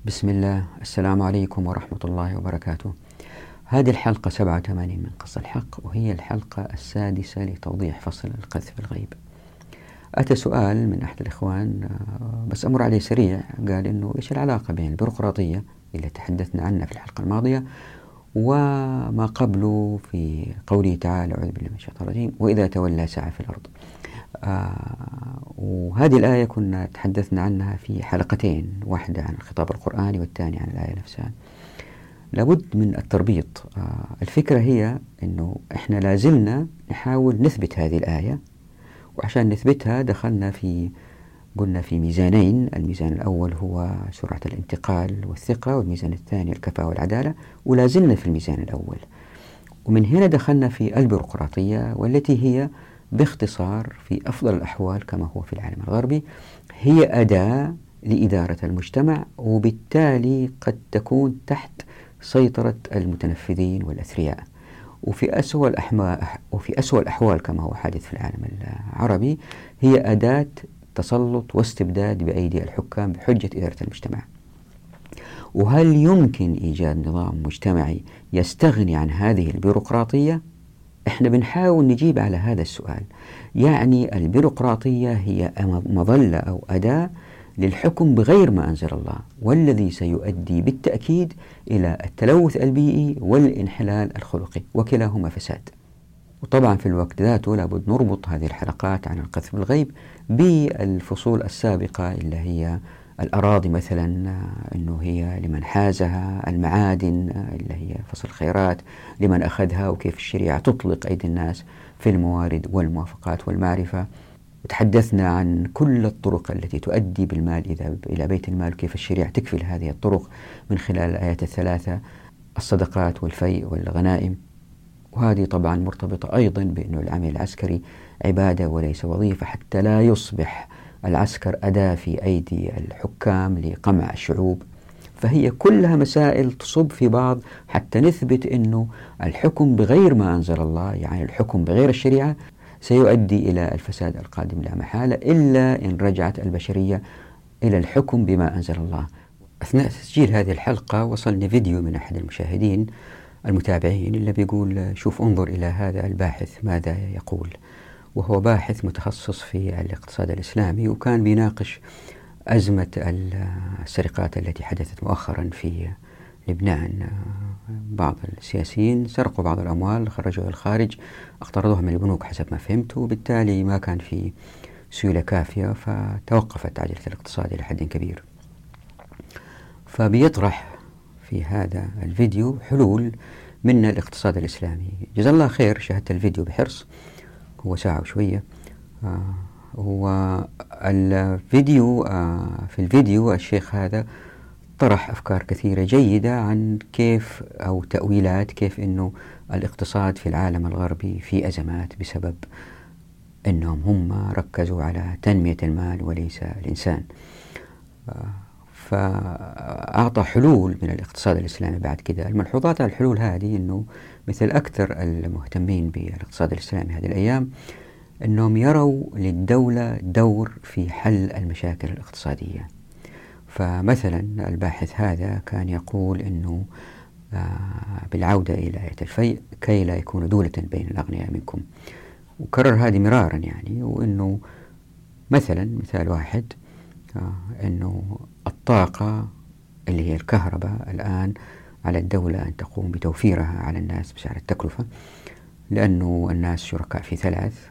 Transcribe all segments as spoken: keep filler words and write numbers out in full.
بسم الله. السلام عليكم ورحمة الله وبركاته. هذه الحلقة سبعة وثمانين من قص الحق، وهي الحلقة السادسة لتوضيح فصل القذف الغيب. أتى سؤال من أحد الإخوان، بس أمر عليه سريع، قال إنه إيش العلاقة بين البيروقراطية اللي تحدثنا عنها في الحلقة الماضية وما قبله في قوله تعالى: أعوذ بالله من الشيطان الرجيم، وإذا تولى سعى في الأرض. آه وهذه الآية كنا تحدثنا عنها في حلقتين، واحدة عن الخطاب القرآني والثانية عن الآية نفسها. لابد من التربيط. آه الفكرة هي أنه إحنا لازلنا نحاول نثبت هذه الآية، وعشان نثبتها دخلنا في قلنا في ميزانين. الميزان الأول هو سرعة الانتقال والثقة، والميزان الثاني الكفاءة والعدالة، ولازلنا في الميزان الأول. ومن هنا دخلنا في البيروقراطية، والتي هي باختصار في أفضل الأحوال كما هو في العالم الغربي هي أداة لإدارة المجتمع، وبالتالي قد تكون تحت سيطرة المتنفذين والأثرياء. وفي أسوأ الأحوال وفي أسوأ الأحوال كما هو حادث في العالم العربي هي أداة تسلط واستبداد بأيدي الحكام بحجة إدارة المجتمع. وهل يمكن إيجاد نظام مجتمعي يستغني عن هذه البيروقراطية؟ احنا بنحاول نجيب على هذا السؤال. يعني البيروقراطية هي مظلة أو أداة للحكم بغير ما أنزل الله، والذي سيؤدي بالتأكيد إلى التلوث البيئي والانحلال الخلقي، وكلاهما فساد. وطبعا في الوقت ذاته لابد نربط هذه الحلقات عن القذف بالغيب بالفصول السابقة اللي هي الأراضي مثلا، أنه هي لمن حازها، المعادن اللي هي فصل الخيرات لمن أخذها، وكيف الشريعة تطلق أيدي الناس في الموارد والموافقات والمعرفة. وتحدثنا عن كل الطرق التي تؤدي بالمال إذا إلى بيت المال، كيف الشريعة تكفل هذه الطرق من خلال الآيات الثلاثة: الصدقات والفيء والغنائم. وهذه طبعا مرتبطة أيضا بأنه العمل العسكري عبادة وليس وظيفة، حتى لا يصبح العسكر أداة في أيدي الحكام لقمع الشعوب. فهي كلها مسائل تصب في بعض حتى نثبت أنه الحكم بغير ما أنزل الله، يعني الحكم بغير الشريعة، سيؤدي إلى الفساد القادم لا محالة، إلا إن رجعت البشرية إلى الحكم بما أنزل الله. أثناء تسجيل هذه الحلقة وصلني فيديو من أحد المشاهدين المتابعين اللي بيقول: شوف، انظر إلى هذا الباحث ماذا يقول. وهو باحث متخصص في الاقتصاد الإسلامي، وكان بيناقش أزمة السرقات التي حدثت مؤخرا في لبنان. بعض السياسيين سرقوا بعض الأموال، خرجوا إلى الخارج، اقترضوها من البنوك حسب ما فهمت، وبالتالي ما كان في سيولة كافية، فتوقفت عجلة الاقتصاد إلى حد كبير. فبيطرح في هذا الفيديو حلول من الاقتصاد الإسلامي. جزا الله خير، شاهدت الفيديو بحرص، هو ساعة وشوية. آه هو الفيديو آه في الفيديو الشيخ هذا طرح أفكار كثيرة جيدة عن كيف أو تأويلات كيف أنه الاقتصاد في العالم الغربي في أزمات بسبب أنهم هم ركزوا على تنمية المال وليس الإنسان. آه فأعطى حلول من الاقتصاد الإسلامي. بعد كده الملحوظات على الحلول هذه أنه مثل أكثر المهتمين بالاقتصاد الإسلامي هذه الأيام أنهم يروا للدولة دور في حل المشاكل الاقتصادية. فمثلا الباحث هذا كان يقول أنه بالعودة إلى آية الفيء: كي لا يكون دولة بين الأغنياء منكم. وكرر هذه مرارا يعني. وأنه مثلا مثال واحد أنه الطاقة اللي هي الكهرباء الآن على الدولة أن تقوم بتوفيرها على الناس بسعر التكلفة، لأنه الناس شركاء في ثلاث،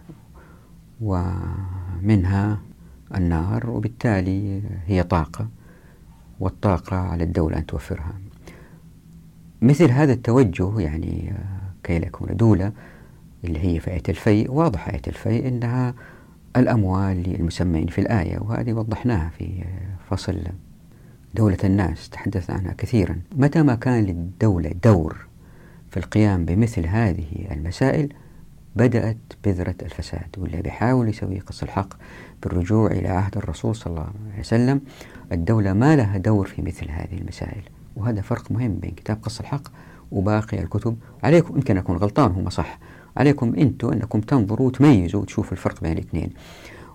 ومنها النار، وبالتالي هي طاقة، والطاقة على الدولة أن توفرها. مثل هذا التوجه يعني كي لا يكون دولة اللي هي في آية الفيء، واضح آية الفيء أنها الأموال للمسمين في الآية، وهذه وضحناها في فصل دولة الناس، تحدثنا عنها كثيرا. متى ما كان للدولة دور في القيام بمثل هذه المسائل بدأت بذرة الفساد. واللي بيحاول يسوي قص الحق بالرجوع إلى عهد الرسول صلى الله عليه وسلم، الدولة ما لها دور في مثل هذه المسائل. وهذا فرق مهم بين كتاب قص الحق وباقي الكتب. عليكم، يمكن أكون غلطان، هم صح، عليكم أنتم أنكم تنظروا وتميزوا وتشوفوا الفرق بين الاثنين.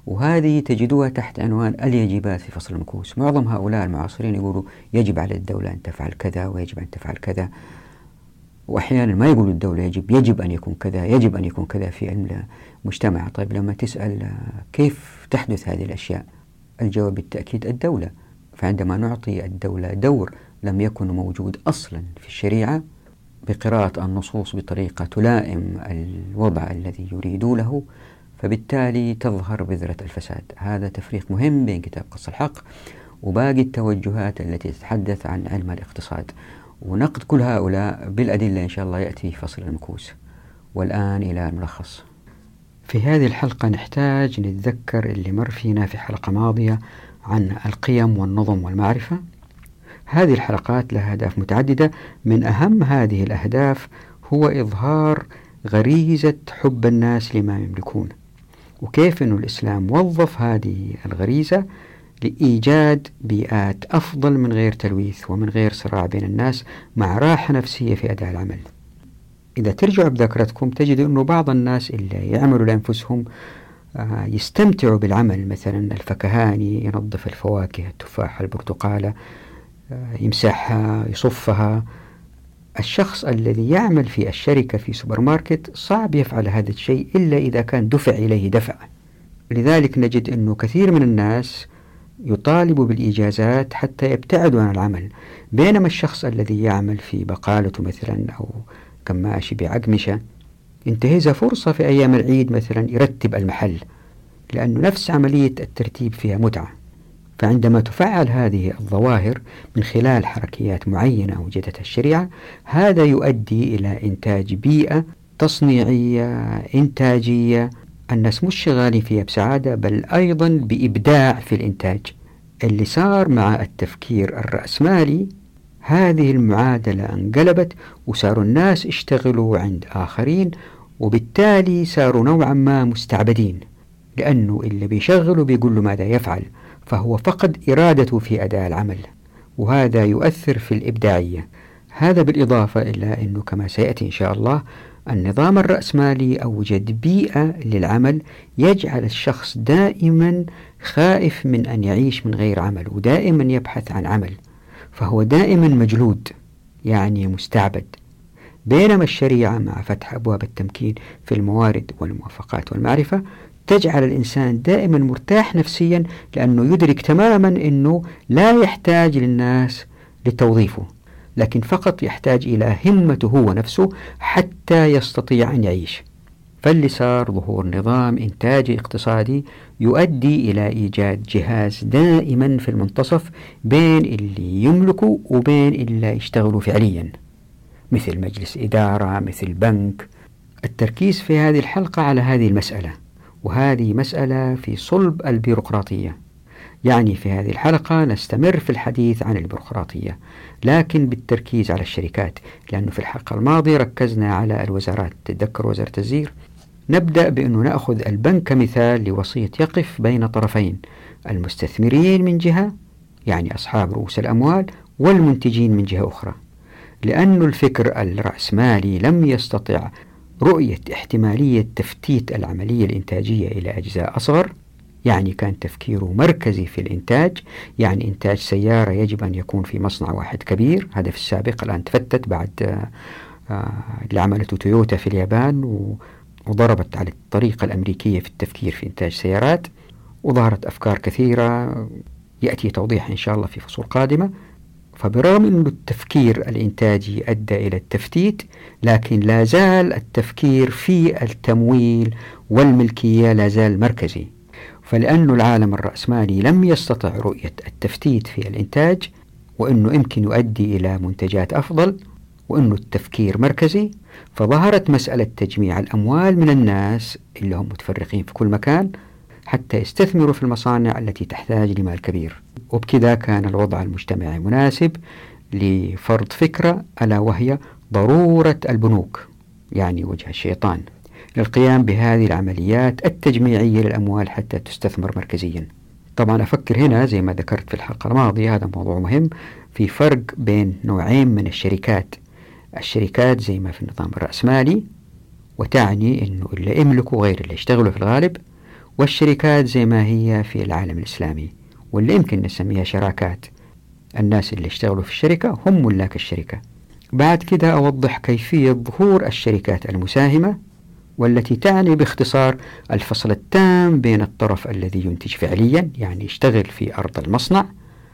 وهذه تجدوها تحت عنوان اليجبات في فصل المكوس. معظم هؤلاء المعاصرين يقولوا يجب على الدولة أن تفعل كذا ويجب أن تفعل كذا، وأحيانا ما يقولوا الدولة يجب يجب أن يكون كذا يجب أن يكون كذا في المجتمع. طيب لما تسأل كيف تحدث هذه الأشياء، الجواب بالتأكيد الدولة. فعندما نعطي الدولة دور لم يكن موجود أصلا في الشريعة بقراءة النصوص بطريقة تلائم الوضع الذي يريدوا له، فبالتالي تظهر بذرة الفساد. هذا تفريق مهم بين كتاب قص الحق وباقي التوجهات التي تتحدث عن علم الاقتصاد. ونقد كل هؤلاء بالأدلة إن شاء الله يأتي في فصل المكوس. والآن إلى الملخص. في هذه الحلقة نحتاج نتذكر اللي مر فينا في حلقة ماضية عن القيم والنظم والمعرفة. هذه الحلقات لها أهداف متعددة، من أهم هذه الأهداف هو إظهار غريزة حب الناس لما يملكون، وكيف أن الإسلام وظف هذه الغريزة لإيجاد بيئات أفضل من غير تلويث ومن غير صراع بين الناس، مع راحة نفسية في أداء العمل. إذا ترجعوا بذاكرتكم تجدوا أنه بعض الناس اللي يعملوا لأنفسهم يستمتعوا بالعمل، مثلا الفكهاني ينظف الفواكه، التفاح، البرتقالة، يمسحها، يصفها. الشخص الذي يعمل في الشركة في سوبر ماركت صعب يفعل هذا الشيء إلا إذا كان دفع إليه دفع. لذلك نجد أنه كثير من الناس يطالبوا بالإجازات حتى يبتعدوا عن العمل، بينما الشخص الذي يعمل في بقالته مثلا أو كماشي بعقمشة ينتهزها فرصة في أيام العيد مثلا يرتب المحل، لأنه نفس عملية الترتيب فيها متعة. فعندما تفعل هذه الظواهر من خلال حركيات معينة أوجدتها الشريعة، هذا يؤدي إلى إنتاج بيئة تصنيعية إنتاجية الناس مش شغالين فيها بسعادة، بل أيضا بإبداع في الإنتاج. اللي صار مع التفكير الرأسمالي هذه المعادلة انقلبت، وصاروا الناس اشتغلوا عند آخرين، وبالتالي صاروا نوعا ما مستعبدين، لأنه اللي بيشغله بيقول له ماذا يفعل، فهو فقد إرادته في أداء العمل، وهذا يؤثر في الإبداعية. هذا بالإضافة إلى أنه كما سيأتي إن شاء الله النظام الرأسمالي أوجد بيئة للعمل يجعل الشخص دائما خائف من أن يعيش من غير عمل، ودائما يبحث عن عمل، فهو دائما مجلود يعني مستعبد. بينما الشريعة مع فتح أبواب التمكين في الموارد والموافقات والمعرفة تجعل الإنسان دائما مرتاح نفسيا، لأنه يدرك تماما أنه لا يحتاج للناس لتوظيفه، لكن فقط يحتاج إلى همته هو نفسه حتى يستطيع أن يعيش. فاللي صار ظهور نظام إنتاجي اقتصادي يؤدي إلى إيجاد جهاز دائما في المنتصف بين اللي يملكوا وبين اللي يشتغلوا فعليا، مثل مجلس إدارة، مثل بنك. التركيز في هذه الحلقة على هذه المسألة، وهذه مسألة في صلب البيروقراطية. يعني في هذه الحلقة نستمر في الحديث عن البيروقراطية، لكن بالتركيز على الشركات، لأنه في الحلقة الماضية ركزنا على الوزارات. تتذكر وزارة الزير؟ نبدأ بأنه نأخذ البنك كمثال لوسيط يقف بين طرفين، المستثمرين من جهة يعني أصحاب رؤوس الأموال، والمنتجين من جهة أخرى. لأن الفكر الرأسمالي لم يستطع رؤية احتمالية تفتيت العملية الإنتاجية إلى أجزاء أصغر، يعني كان تفكيره مركزي في الإنتاج، يعني إنتاج سيارة يجب أن يكون في مصنع واحد كبير. هذا في السابق، الآن تفتت بعد اللي عملته تويوتا في اليابان وضربت على الطريقة الأمريكية في التفكير في إنتاج سيارات، وظهرت أفكار كثيرة يأتي توضيح إن شاء الله في فصول قادمة. فبرغم أن التفكير الإنتاجي أدى إلى التفتيت، لكن لا زال التفكير في التمويل والملكية لا زال مركزي. فلأن العالم الرأسمالي لم يستطع رؤية التفتيت في الإنتاج، وأنه يمكن يؤدي إلى منتجات أفضل، وأنه التفكير مركزي، فظهرت مسألة تجميع الأموال من الناس اللي هم متفرقين في كل مكان حتى يستثمروا في المصانع التي تحتاج لمال كبير. وبكذا كان الوضع المجتمعي مناسب لفرض فكرة، ألا وهي ضرورة البنوك يعني وجه الشيطان للقيام بهذه العمليات التجميعية للأموال حتى تستثمر مركزيا. طبعا أفكر هنا زي ما ذكرت في الحلقة الماضية، هذا موضوع مهم، في فرق بين نوعين من الشركات. الشركات زي ما في النظام الرأسمالي، وتعني أنه اللي يملكوا غير اللي يشتغلوا في الغالب، والشركات زي ما هي في العالم الإسلامي، واللي يمكن نسميها شراكات. الناس اللي اشتغلوا في الشركة هم ملاك الشركة. بعد كده أوضح كيفية ظهور الشركات المساهمة، والتي تعني باختصار الفصل التام بين الطرف الذي ينتج فعليا، يعني يشتغل في أرض المصنع،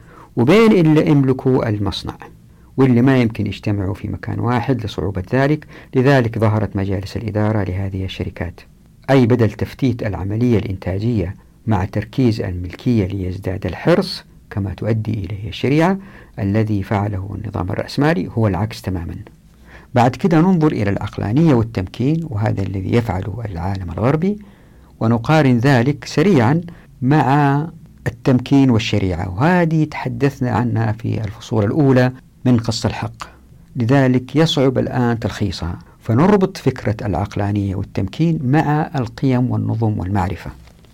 وبين اللي يملكوا المصنع واللي ما يمكن يجتمعوا في مكان واحد لصعوبة ذلك. لذلك ظهرت مجالس الإدارة لهذه الشركات، أي بدل تفتيت العملية الإنتاجية مع تركيز الملكية ليزداد الحرص كما تؤدي إليه الشريعة، الذي فعله النظام الرأسمالي هو العكس تماما. بعد كده ننظر إلى العقلانية والتمكين، وهذا الذي يفعله العالم الغربي، ونقارن ذلك سريعا مع التمكين والشريعة، وهذه تحدثنا عنها في الفصول الأولى من قص الحق، لذلك يصعب الآن تلخيصها. فنربط فكرة العقلانية والتمكين مع القيم والنظم والمعرفة.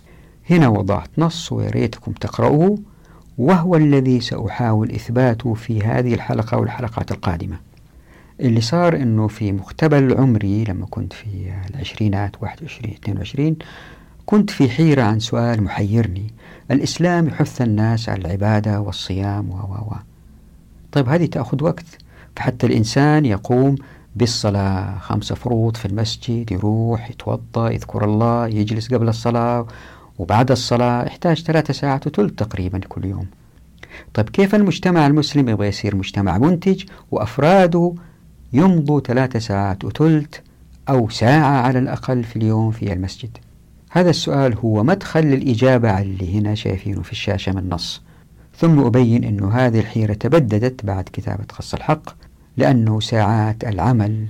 هنا وضعت نص ويريتكم تقرأوه، وهو الذي سأحاول إثباته في هذه الحلقة والحلقات القادمة. اللي صار أنه في مقتبل عمري لما كنت في العشرينات واحد وعشرين اثنين وعشرين كنت في حيرة عن سؤال محيرني: الإسلام يحث الناس على العبادة والصيام و و و طيب هذه تأخذ وقت، فحتى الإنسان يقوم بالصلاة خمس فروض في المسجد، يروح يتوضأ يذكر الله، يجلس قبل الصلاة وبعد الصلاة، يحتاج ثلاثة ساعات وثلث تقريبا كل يوم. طيب كيف المجتمع المسلم يبغى يصير مجتمع منتج وأفراده يمضوا ثلاثة ساعات وثلث أو ساعة على الأقل في اليوم في المسجد؟ هذا السؤال هو مدخل للإجابة على اللي هنا شايفينه في الشاشة من نص. ثم أبين أن هذه الحيرة تبددت بعد كتابة قص الحق، لأنه ساعات العمل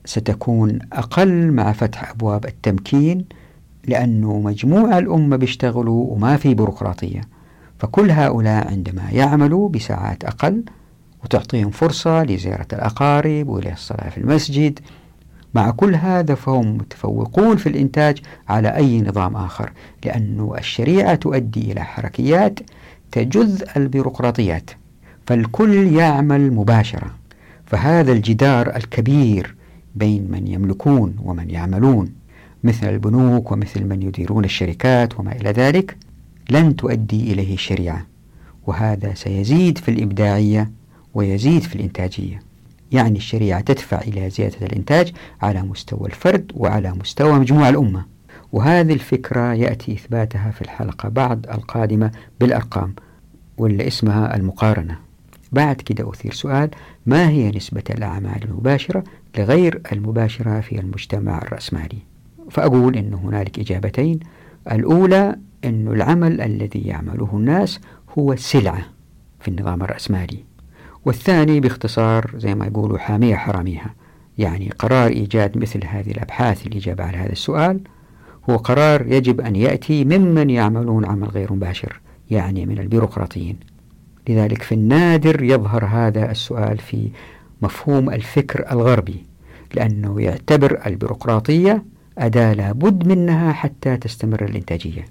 ستكون أقل مع فتح أبواب التمكين، لأنه مجموع الأمة بيشتغلوا وما في بيروقراطية، فكل هؤلاء عندما يعملوا بساعات أقل وتعطيهم فرصة لزيارة الأقارب وللصلاة في المسجد، مع كل هذا فهم متفوقون في الإنتاج على أي نظام آخر، لأن الشريعة تؤدي إلى حركيات تجذ البيروقراطيات، فالكل يعمل مباشرة. فهذا الجدار الكبير بين من يملكون ومن يعملون، مثل البنوك ومثل من يديرون الشركات وما إلى ذلك، لن تؤدي إليه الشريعة، وهذا سيزيد في الإبداعية ويزيد في الإنتاجية. يعني الشريعة تدفع إلى زيادة الإنتاج على مستوى الفرد وعلى مستوى مجموع الأمة، وهذه الفكرة يأتي إثباتها في الحلقة بعد القادمة بالأرقام، واللي اسمها المقارنة. بعد كده أثير سؤال: ما هي نسبة الأعمال المباشرة لغير المباشرة في المجتمع الرأسمالي؟ فأقول أن هنالك إجابتين. الأولى أن العمل الذي يعمله الناس هو سلعة في النظام الرأسمالي، والثاني باختصار زي ما يقولوا حامية حراميها، يعني قرار إيجاد مثل هذه الأبحاث الإجابة على هذا السؤال هو قرار يجب أن يأتي ممن يعملون عمل غير مباشر، يعني من البيروقراطيين. لذلك في النادر يظهر هذا السؤال في مفهوم الفكر الغربي، لأنه يعتبر البيروقراطية أداة لابد منها حتى تستمر الإنتاجية.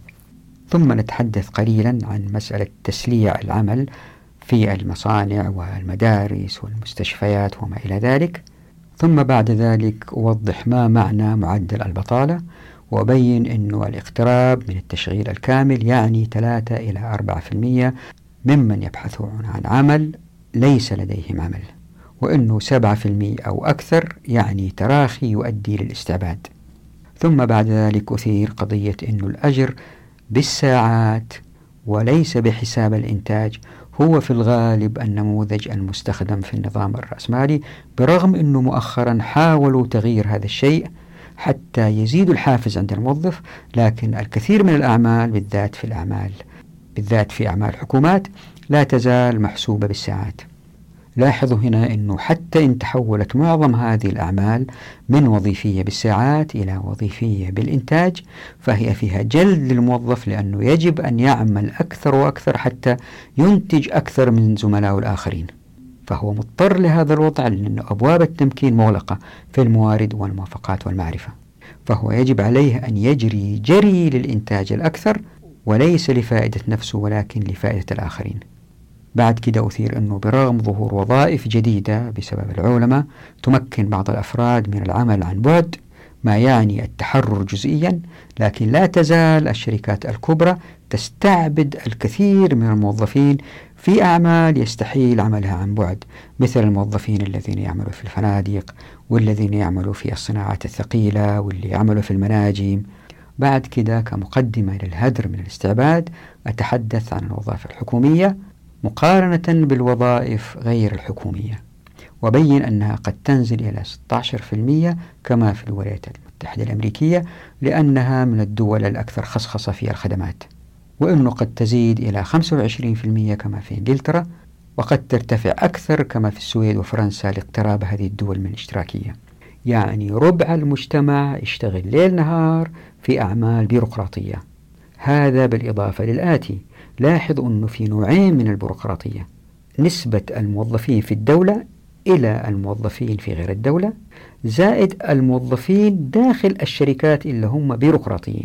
ثم نتحدث قليلا عن مسألة تسليع العمل في المصانع والمدارس والمستشفيات وما إلى ذلك. ثم بعد ذلك أوضح ما معنى معدل البطالة، وأبين أنه الاقتراب من التشغيل الكامل يعني ثلاثة إلى أربعة في المئة ممن يبحثون عن عمل ليس لديهم عمل، وأنه سبعة في المئة أو أكثر يعني تراخي يؤدي للاستعباد. ثم بعد ذلك أثير قضية أنه الأجر بالساعات وليس بحساب الإنتاج هو في الغالب النموذج المستخدم في النظام الرأسمالي، برغم أنه مؤخرا حاولوا تغيير هذا الشيء حتى يزيد الحافز عند الموظف، لكن الكثير من الأعمال بالذات في الأعمال بالذات في أعمال الحكومات لا تزال محسوبة بالساعات. لاحظوا هنا أنه حتى إن تحولت معظم هذه الأعمال من وظيفية بالساعات إلى وظيفية بالإنتاج، فهي فيها جلد للموظف، لأنه يجب أن يعمل أكثر وأكثر حتى ينتج أكثر من زملائه الآخرين، فهو مضطر لهذا الوضع لأن أبواب التمكين مغلقة في الموارد والموافقات والمعرفة، فهو يجب عليه أن يجري جري للإنتاج الأكثر، وليس لفائدة نفسه ولكن لفائدة الآخرين. بعد كده أثير أنه برغم ظهور وظائف جديدة بسبب العولمة تمكن بعض الأفراد من العمل عن بعد، ما يعني التحرر جزئيا، لكن لا تزال الشركات الكبرى تستعبد الكثير من الموظفين في أعمال يستحيل عملها عن بعد، مثل الموظفين الذين يعملوا في الفنادق، والذين يعملوا في الصناعات الثقيلة، واللي يعملوا في المناجم. بعد كده كمقدمة للهدر من الاستعباد أتحدث عن الوظائف الحكومية مقارنة بالوظائف غير الحكومية، وبين أنها قد تنزل إلى ستة عشر بالمئة كما في الولايات المتحدة الأمريكية، لأنها من الدول الأكثر خصخصة في الخدمات، وأنه قد تزيد إلى خمسة وعشرين بالمئة كما في إنجلترا، وقد ترتفع أكثر كما في السويد وفرنسا لاقتراب هذه الدول من الاشتراكية. يعني ربع المجتمع يشتغل ليل نهار في أعمال بيروقراطية. هذا بالإضافة للآتي: لاحظ أنه في نوعين من البيروقراطية: نسبة الموظفين في الدولة إلى الموظفين في غير الدولة، زائد الموظفين داخل الشركات اللي هم بيروقراطيين،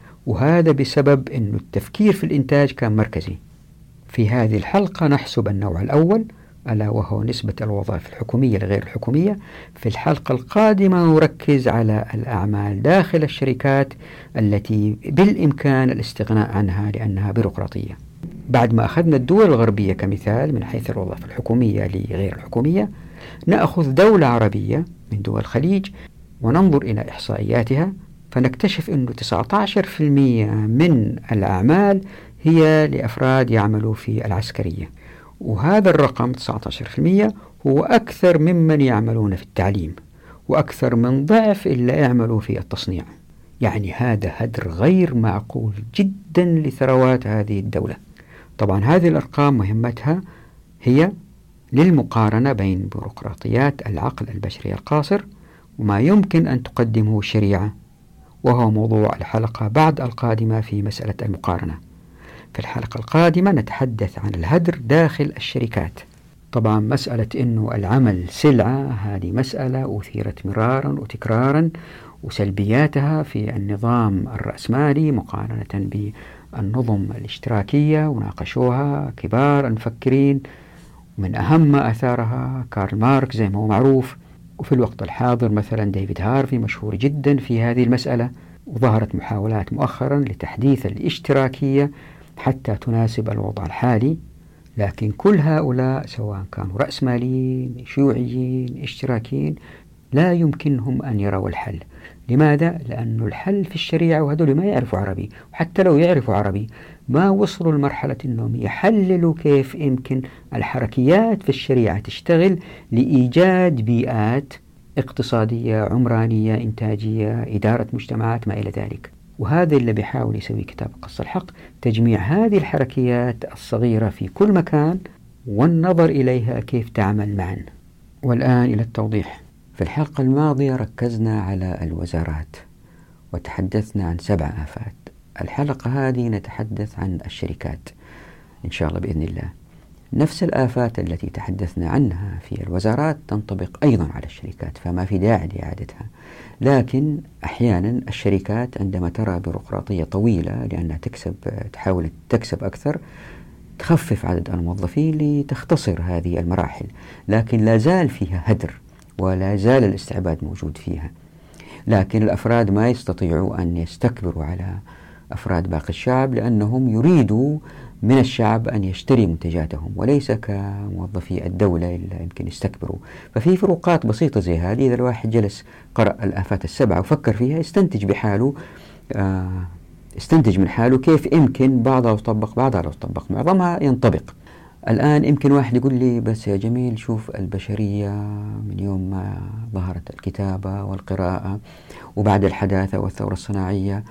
وهذا بسبب أن التفكير في الإنتاج كان مركزي. في هذه الحلقة نحسب النوع الأول ألا وهو نسبة الوظائف الحكومية لغير الحكومية. في الحلقة القادمة نركز على الأعمال داخل الشركات التي بالإمكان الاستغناء عنها لأنها بيروقراطية. بعد ما أخذنا الدول الغربية كمثال من حيث الوظائف الحكومية لغير الحكومية، نأخذ دولة عربية من دول الخليج وننظر إلى إحصائياتها، فنكتشف أن تسعة عشر بالمئة من الأعمال هي لأفراد يعملوا في العسكرية، وهذا الرقم تسعة عشر بالمئة هو أكثر ممن يعملون في التعليم، وأكثر من ضعف إلا يعملوا في التصنيع. يعني هذا هدر غير معقول جدا لثروات هذه الدولة. طبعا هذه الأرقام مهمتها هي للمقارنة بين بيروقراطيات العقل البشري القاصر وما يمكن أن تقدمه الشريعة، وهو موضوع الحلقة بعد القادمة في مسألة المقارنة. في الحلقة القادمة نتحدث عن الهدر داخل الشركات. طبعا مسألة أنه العمل سلعة هذه مسألة أثيرت مرارا وتكرارا، وسلبياتها في النظام الرأسمالي مقارنة بالنظم الاشتراكية وناقشوها كبار المفكرين، ومن أهم أثارها كارل ماركس زي ما هو معروف. وفي الوقت الحاضر مثلا ديفيد هارفي مشهور جدا في هذه المسألة، وظهرت محاولات مؤخرا لتحديث الاشتراكية حتى تناسب الوضع الحالي، لكن كل هؤلاء سواء كانوا رأسماليين شيوعيين اشتراكيين لا يمكنهم أن يروا الحل. لماذا؟ لأن الحل في الشريعة، وهذول ما يعرفوا عربي، وحتى لو يعرفوا عربي ما وصلوا لمرحلة أنهم يحللوا كيف يمكن الحركيات في الشريعة تشتغل لإيجاد بيئات اقتصادية عمرانية إنتاجية إدارة مجتمعات ما إلى ذلك. وهذا اللي بيحاول يسوي كتاب قص الحق، تجميع هذه الحركيات الصغيرة في كل مكان والنظر إليها كيف تعمل معا. والآن إلى التوضيح. في الحلقة الماضية ركزنا على الوزارات وتحدثنا عن سبع آفات. الحلقة هذه نتحدث عن الشركات إن شاء الله بإذن الله. نفس الآفات التي تحدثنا عنها في الوزارات تنطبق أيضا على الشركات، فما في داعي لإعادتها. لكن أحيانا الشركات عندما ترى بيروقراطية طويلة لأنها تكسب تحاول تكسب أكثر تخفف عدد الموظفين لتختصر هذه المراحل، لكن لا زال فيها هدر ولا زال الاستعباد موجود فيها. لكن الأفراد ما يستطيعوا أن يستكبروا على أفراد باقي الشعب، لأنهم يريدوا من الشعب أن يشتري منتجاتهم وليس كموظفي الدولة اللي يمكن يستكبروا. ففي فروقات بسيطة زي هذه إذا الواحد جلس قرأ الآفات السبعة وفكر فيها يستنتج بحاله آه استنتج من حاله كيف يمكن بعضها يطبق بعضها لا يطبق، معظمها ينطبق. الآن يمكن واحد يقول لي بس يا جميل شوف البشرية من يوم ما ظهرت الكتابة والقراءة وبعد الحداثة والثورة الصناعية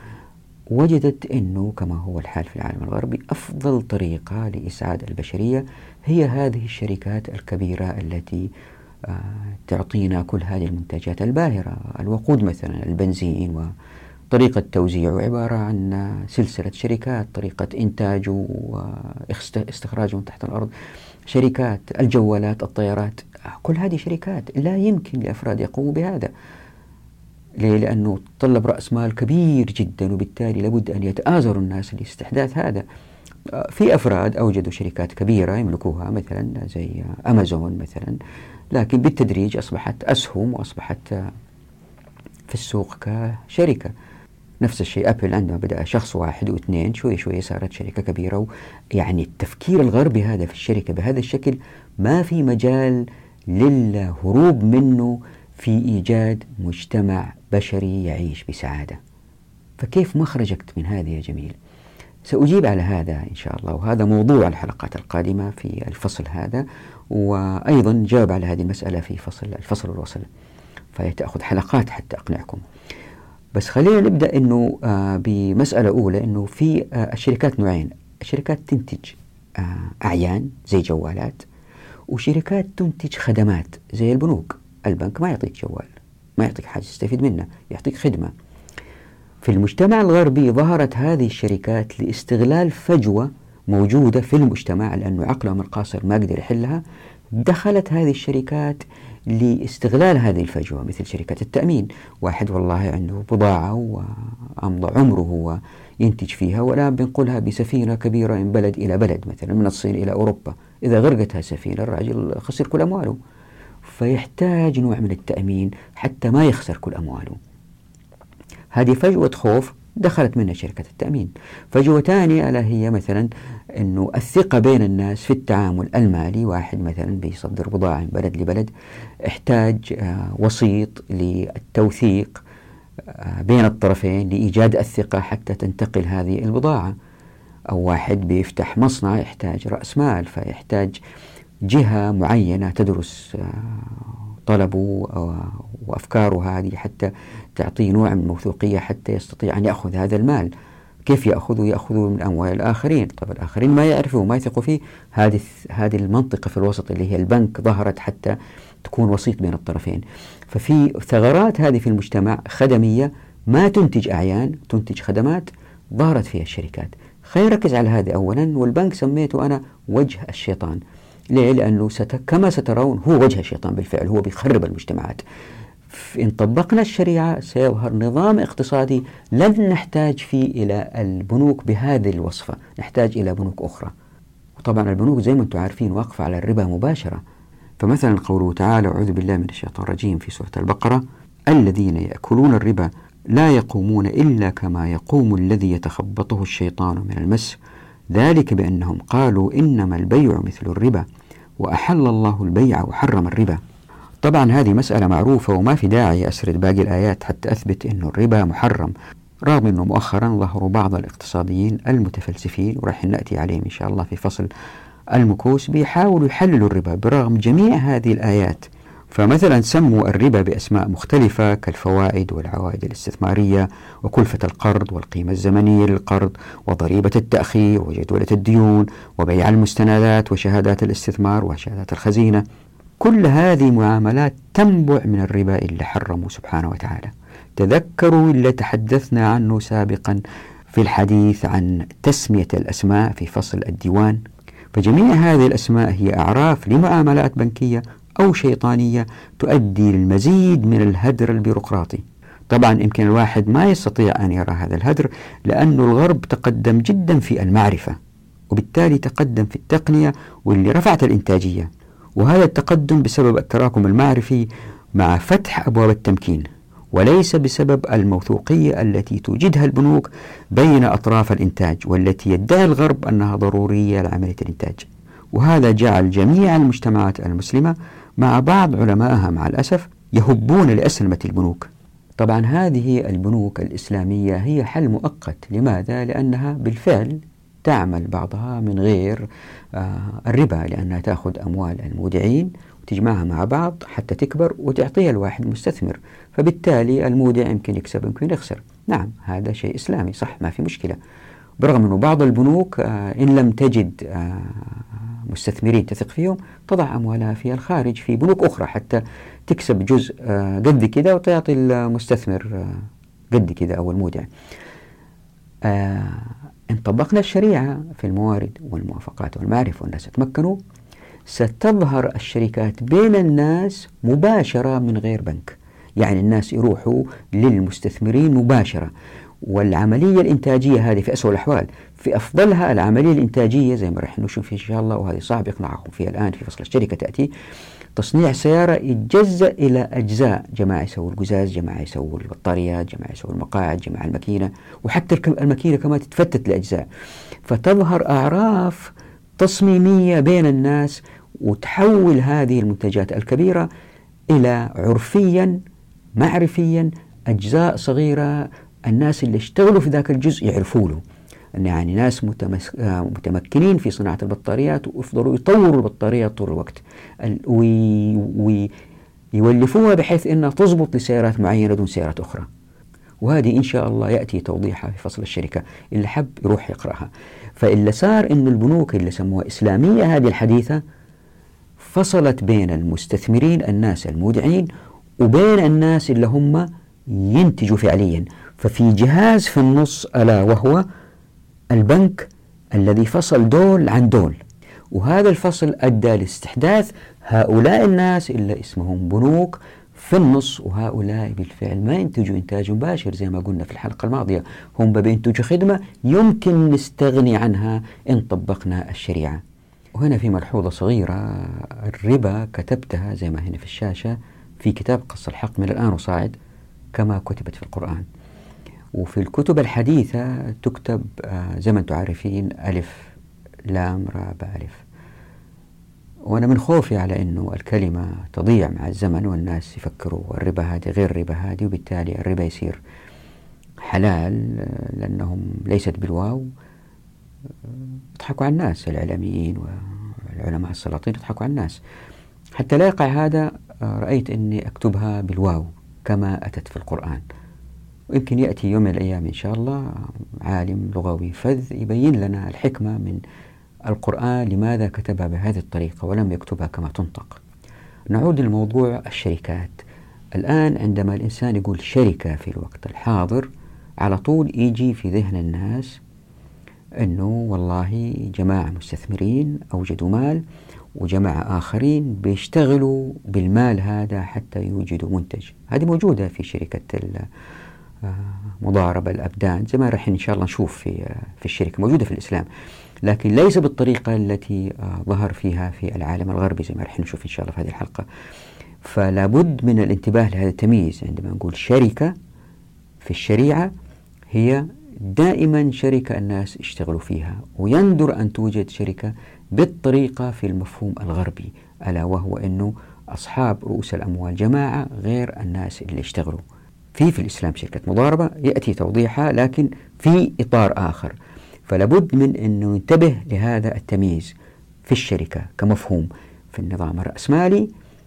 وجدت أنه كما هو الحال في العالم الغربي أفضل طريقة لإسعاد البشرية هي هذه الشركات الكبيرة التي آه تعطينا كل هذه المنتجات الباهرة. الوقود مثلا البنزين وطريقة توزيعه عبارة عن سلسلة شركات، طريقة إنتاجه واستخراجه من تحت الأرض شركات، الجوالات الطيارات كل هذه شركات لا يمكن لأفراد يقوموا بهذا. ليه؟ لأنه تطلب رأس مال كبير جدا، وبالتالي لابد أن يتآزروا الناس لاستحداث هذا. في أفراد أوجدوا شركات كبيرة يملكوها مثلا زي أمازون مثلا، لكن بالتدريج أصبحت أسهم وأصبحت في السوق كشركة. نفس الشيء أبل عندما بدأ شخص واحد واثنين، شوي شوي صارت شركة كبيرة. يعني التفكير الغربي هذا في الشركة بهذا الشكل ما في مجال للهروب منه في إيجاد مجتمع بشري يعيش بسعادة. فكيف مخرجك من هذه يا جميل؟ سأجيب على هذا إن شاء الله، وهذا موضوع الحلقات القادمة في الفصل هذا، وأيضا جاوب على هذه المسألة في فصل الفصل والوصل، فيتأخذ حلقات حتى أقنعكم. بس خلينا نبدأ إنه آه بمسألة أولى، إنه في آه الشركات نوعين: الشركات تنتج آه أعيان زي جوالات، وشركات تنتج خدمات زي البنوك. البنك ما يعطيك جوال، ما يعطيك حاجة تستفيد منها، يعطيك خدمة. في المجتمع الغربي ظهرت هذه الشركات لاستغلال فجوة موجودة في المجتمع، لأنه عقلهم القاصر ما قدر يحلها. دخلت هذه الشركات لاستغلال هذه الفجوة، مثل شركة التأمين. واحد والله عنده بضاعة وأمضى عمره هو ينتج فيها، والآن بنقلها بسفينة كبيرة من بلد إلى بلد، مثلا من الصين إلى أوروبا. إذا غرقت هالسفينة الراجل خسر كل أمواله، فيحتاج نوع من التأمين حتى ما يخسر كل أمواله. هذه فجوة خوف دخلت منها شركة التأمين. فجوة ثانية ألا هي مثلا أنه الثقة بين الناس في التعامل المالي. واحد مثلا بيصدر بضاعة من بلد لبلد، احتاج وسيط للتوثيق بين الطرفين لإيجاد الثقة حتى تنتقل هذه البضاعة. أو واحد بيفتح مصنع يحتاج رأس مال، فيحتاج جهة معينة تدرس طلبه وأفكاره هذه حتى تعطيه نوع من الموثوقية حتى يستطيع أن يأخذ هذا المال. كيف يأخذه؟ يأخذه من أموال الآخرين. طب الآخرين ما يعرفوا وما يثقوا فيه. هذه هذه المنطقة في الوسط اللي هي البنك ظهرت حتى تكون وسيط بين الطرفين. ففي ثغرات هذه في المجتمع خدمية ما تنتج أعيان، تنتج خدمات، ظهرت فيها الشركات. خلينا نركز على هذه أولا. والبنك سميته أنا وجه الشيطان. ليه؟ لأنه ست... كما سترون هو وجه الشيطان بالفعل، هو بيخرب المجتمعات. إن طبقنا الشريعة سيظهر نظام اقتصادي لن نحتاج فيه إلى البنوك بهذه الوصفة، نحتاج إلى بنوك أخرى. وطبعا البنوك زي ما أنتم عارفين واقفة على الربا مباشرة. فمثلا قوله تعالى: أعوذ بالله من الشيطان الرجيم في سورة البقرة: الذين يأكلون الربا لا يقومون إلا كما يقوم الذي يتخبطه الشيطان من المس، ذلك بأنهم قالوا إنما البيع مثل الربا وأحل الله البيع وحرم الربا. طبعا هذه مسألة معروفة وما في داعي أسرد باقي الآيات حتى أثبت أن الربا محرم، رغم أنه مؤخرا ظهروا بعض الاقتصاديين المتفلسفين ورح نأتي عليهم إن شاء الله في فصل المكوس بيحاولوا يحللوا الربا برغم جميع هذه الآيات. فمثلا سموا الربا بأسماء مختلفة كالفوائد والعوائد الاستثمارية وكلفة القرض والقيمة الزمنية للقرض وضريبة التأخير وجدولة الديون وبيع المستندات وشهادات الاستثمار وشهادات الخزينة. كل هذه معاملات تنبع من الربا اللي حرمه سبحانه وتعالى. تذكروا اللي تحدثنا عنه سابقا في الحديث عن تسمية الأسماء في فصل الديوان. فجميع هذه الأسماء هي أعراف لمعاملات بنكية أو شيطانية تؤدي للمزيد من الهدر البيروقراطي. طبعا يمكن الواحد ما يستطيع أن يرى هذا الهدر لأن الغرب تقدم جدا في المعرفة، وبالتالي تقدم في التقنية واللي رفعت الإنتاجية. وهذا التقدم بسبب التراكم المعرفي مع فتح أبواب التمكين، وليس بسبب الموثوقية التي توجدها البنوك بين أطراف الإنتاج والتي يدعي الغرب أنها ضرورية لعملية الإنتاج. وهذا جعل جميع المجتمعات المسلمة مع بعض علمائها مع الأسف يهبون لأسلمة البنوك. طبعا هذه البنوك الإسلامية هي حل مؤقت. لماذا؟ لأنها بالفعل تعمل بعضها من غير آه الربا، لأنها تأخذ أموال المودعين وتجمعها مع بعض حتى تكبر وتعطيها الواحد مستثمر، فبالتالي المودع يمكن يكسب يمكن يخسر. نعم هذا شيء إسلامي صح، ما في مشكلة. برغم أنه بعض البنوك آه إن لم تجد آه مستثمرين تثق فيهم تضع أموالها في الخارج في بنوك أخرى حتى تكسب جزء آه قد كده وتعطي المستثمر آه قد كده أو المودع. آه إن طبقنا الشريعة في الموارد والموافقات والمعرفة والناس تمكنوا ستظهر الشركات بين الناس مباشرة من غير بنك. يعني الناس يروحوا للمستثمرين مباشرة، والعملية الإنتاجية هذه في أسوأ الأحوال. في أفضلها العملية الإنتاجية زي ما رح نشوف إن شاء الله، وهذه صعب يقنعكم فيها الآن في فصل الشركة تأتي. تصنيع سيارة يتجزأ إلى أجزاء، جماعة يسووا القزاز، جماعة يسووا البطاريات، جماعة يسووا المقاعد، جماعة الماكينة، وحتى الماكينة كمان تتفتت لأجزاء. فتظهر أعراف تصميمية بين الناس، وتحول هذه المنتجات الكبيرة إلى عرفيا معرفيا أجزاء صغيرة الناس اللي اشتغلوا في ذاك الجزء يعرفوا له. يعني ناس متمكنين في صناعة البطاريات ويفضلوا يطوروا البطاريات طول الوقت ويولفوها بحيث أنها تضبط لسيارات معينة دون سيارات أخرى. وهذه إن شاء الله يأتي توضيحها في فصل الشركة، اللي حب يروح يقرأها. فإلا صار إنه البنوك اللي سموها إسلامية هذه الحديثة فصلت بين المستثمرين الناس المودعين وبين الناس اللي هم ينتجوا فعليا. ففي جهاز في النص ألا وهو البنك الذي فصل دول عن دول، وهذا الفصل أدى لاستحداث هؤلاء الناس اللي اسمهم بنوك في النص، وهؤلاء بالفعل ما ينتجوا إنتاج مباشر زي ما قلنا في الحلقة الماضية، هم بينتجوا خدمة يمكن نستغني عنها إن طبقنا الشريعة. وهنا في ملحوظة صغيرة، الربا كتبتها زي ما هنا في الشاشة في كتاب قص الحق من الآن وصاعد كما كتبت في القرآن، وفي الكتب الحديثة تكتب زي ما أنتم عارفين ألف لام را بألف. وأنا من خوفي على أنه الكلمة تضيع مع الزمن والناس يفكروا الربا هذه غير ربا هذه، وبالتالي الربا يصير حلال لأنهم ليست بالواو. يضحكوا على الناس الإعلاميين والعلماء السلاطين، يضحكوا على الناس. حتى لا يقع هذا رأيت أني أكتبها بالواو كما أتت في القرآن. ويمكن يأتي يوم من الأيام إن شاء الله عالم لغوي فذ يبين لنا الحكمة من القرآن لماذا كتبها بهذه الطريقة ولم يكتبها كما تنطق. نعود لموضوع الشركات. الآن عندما الإنسان يقول شركة في الوقت الحاضر على طول يجي في ذهن الناس أنه والله جماعة مستثمرين أوجدوا مال وجماعة آخرين بيشتغلوا بالمال هذا حتى يوجدوا منتج. هذه موجودة في شركة مضاربة الأبدان زي ما راح إن شاء الله نشوف في في الشركة، موجودة في الإسلام، لكن ليس بالطريقة التي ظهر فيها في العالم الغربي زي ما راح نشوف إن شاء الله في هذه الحلقة. فلا بد من الانتباه لهذا التمييز. عندما نقول شركة في الشريعة هي دائما شركة الناس يشتغلوا فيها، ويندر أن توجد شركة بالطريقة في المفهوم الغربي، ألا وهو أنه أصحاب رؤوس الأموال جماعة غير الناس اللي يشتغلوا. في في الإسلام شركة مضاربة يأتي توضيحها لكن في إطار آخر. فلابد من أنه ننتبه لهذا التمييز في الشركة كمفهوم. في النظام الرأسمالي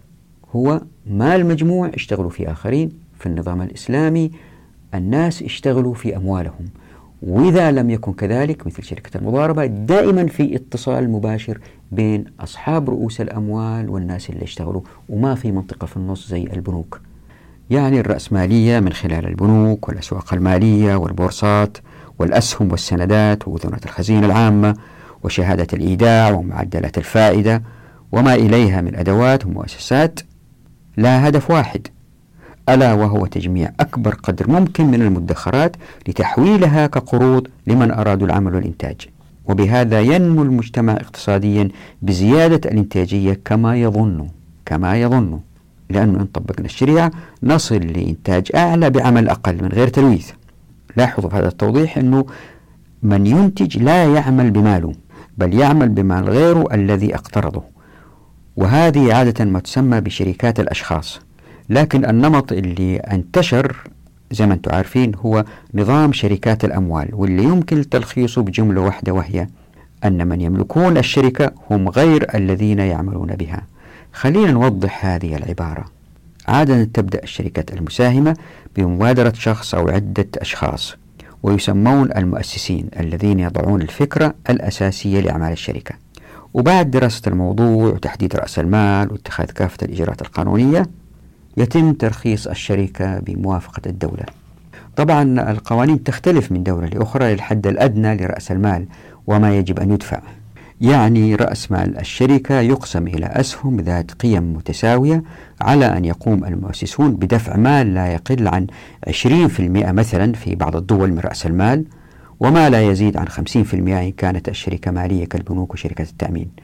هو مال مجموع يشتغلوا فيه آخرين، في النظام الإسلامي الناس يشتغلوا في أموالهم، وإذا لم يكن كذلك مثل شركة المضاربة دائما في اتصال مباشر بين أصحاب رؤوس الأموال والناس اللي يشتغلوا، وما في منطقة في النص زي البنوك. يعني الرأسمالية من خلال البنوك والأسواق المالية والبورصات والأسهم والسندات ووزنات الخزينة العامة وشهادة الإيداع ومعدلات الفائدة وما إليها من أدوات ومؤسسات لها هدف واحد، ألا وهو تجميع أكبر قدر ممكن من المدخرات لتحويلها كقروض لمن أرادوا العمل والإنتاج. وبهذا ينمو المجتمع اقتصاديا بزيادة الإنتاجية كما يظن كما يظن لأنه إن طبقنا الشريعة نصل لإنتاج أعلى بعمل أقل من غير تلويث. لاحظوا في هذا التوضيح أنه من ينتج لا يعمل بماله بل يعمل بمال غيره الذي اقترضه، وهذه عادة ما تسمى بشركات الأشخاص. لكن النمط اللي انتشر زي ما انتم عارفين هو نظام شركات الأموال، واللي يمكن تلخيصه بجملة واحدة وهي أن من يملكون الشركة هم غير الذين يعملون بها. خلينا نوضح هذه العبارة. عادة تبدأ الشركات المساهمة بمبادرة شخص أو عدة أشخاص، ويسمون المؤسسين الذين يضعون الفكرة الأساسية لأعمال الشركة، وبعد دراسة الموضوع وتحديد رأس المال واتخاذ كافة الإجراءات القانونية يتم ترخيص الشركة بموافقة الدولة. طبعا القوانين تختلف من دولة لأخرى للحد الأدنى لرأس المال وما يجب أن يدفع. يعني رأس مال الشركة يقسم إلى أسهم ذات قيم متساوية، على أن يقوم المؤسسون بدفع مال لا يقل عن عشرين بالمئة مثلا في بعض الدول من رأس المال، وما لا يزيد عن خمسين بالمئة إن كانت الشركة مالية كالبنوك وشركة التأمين.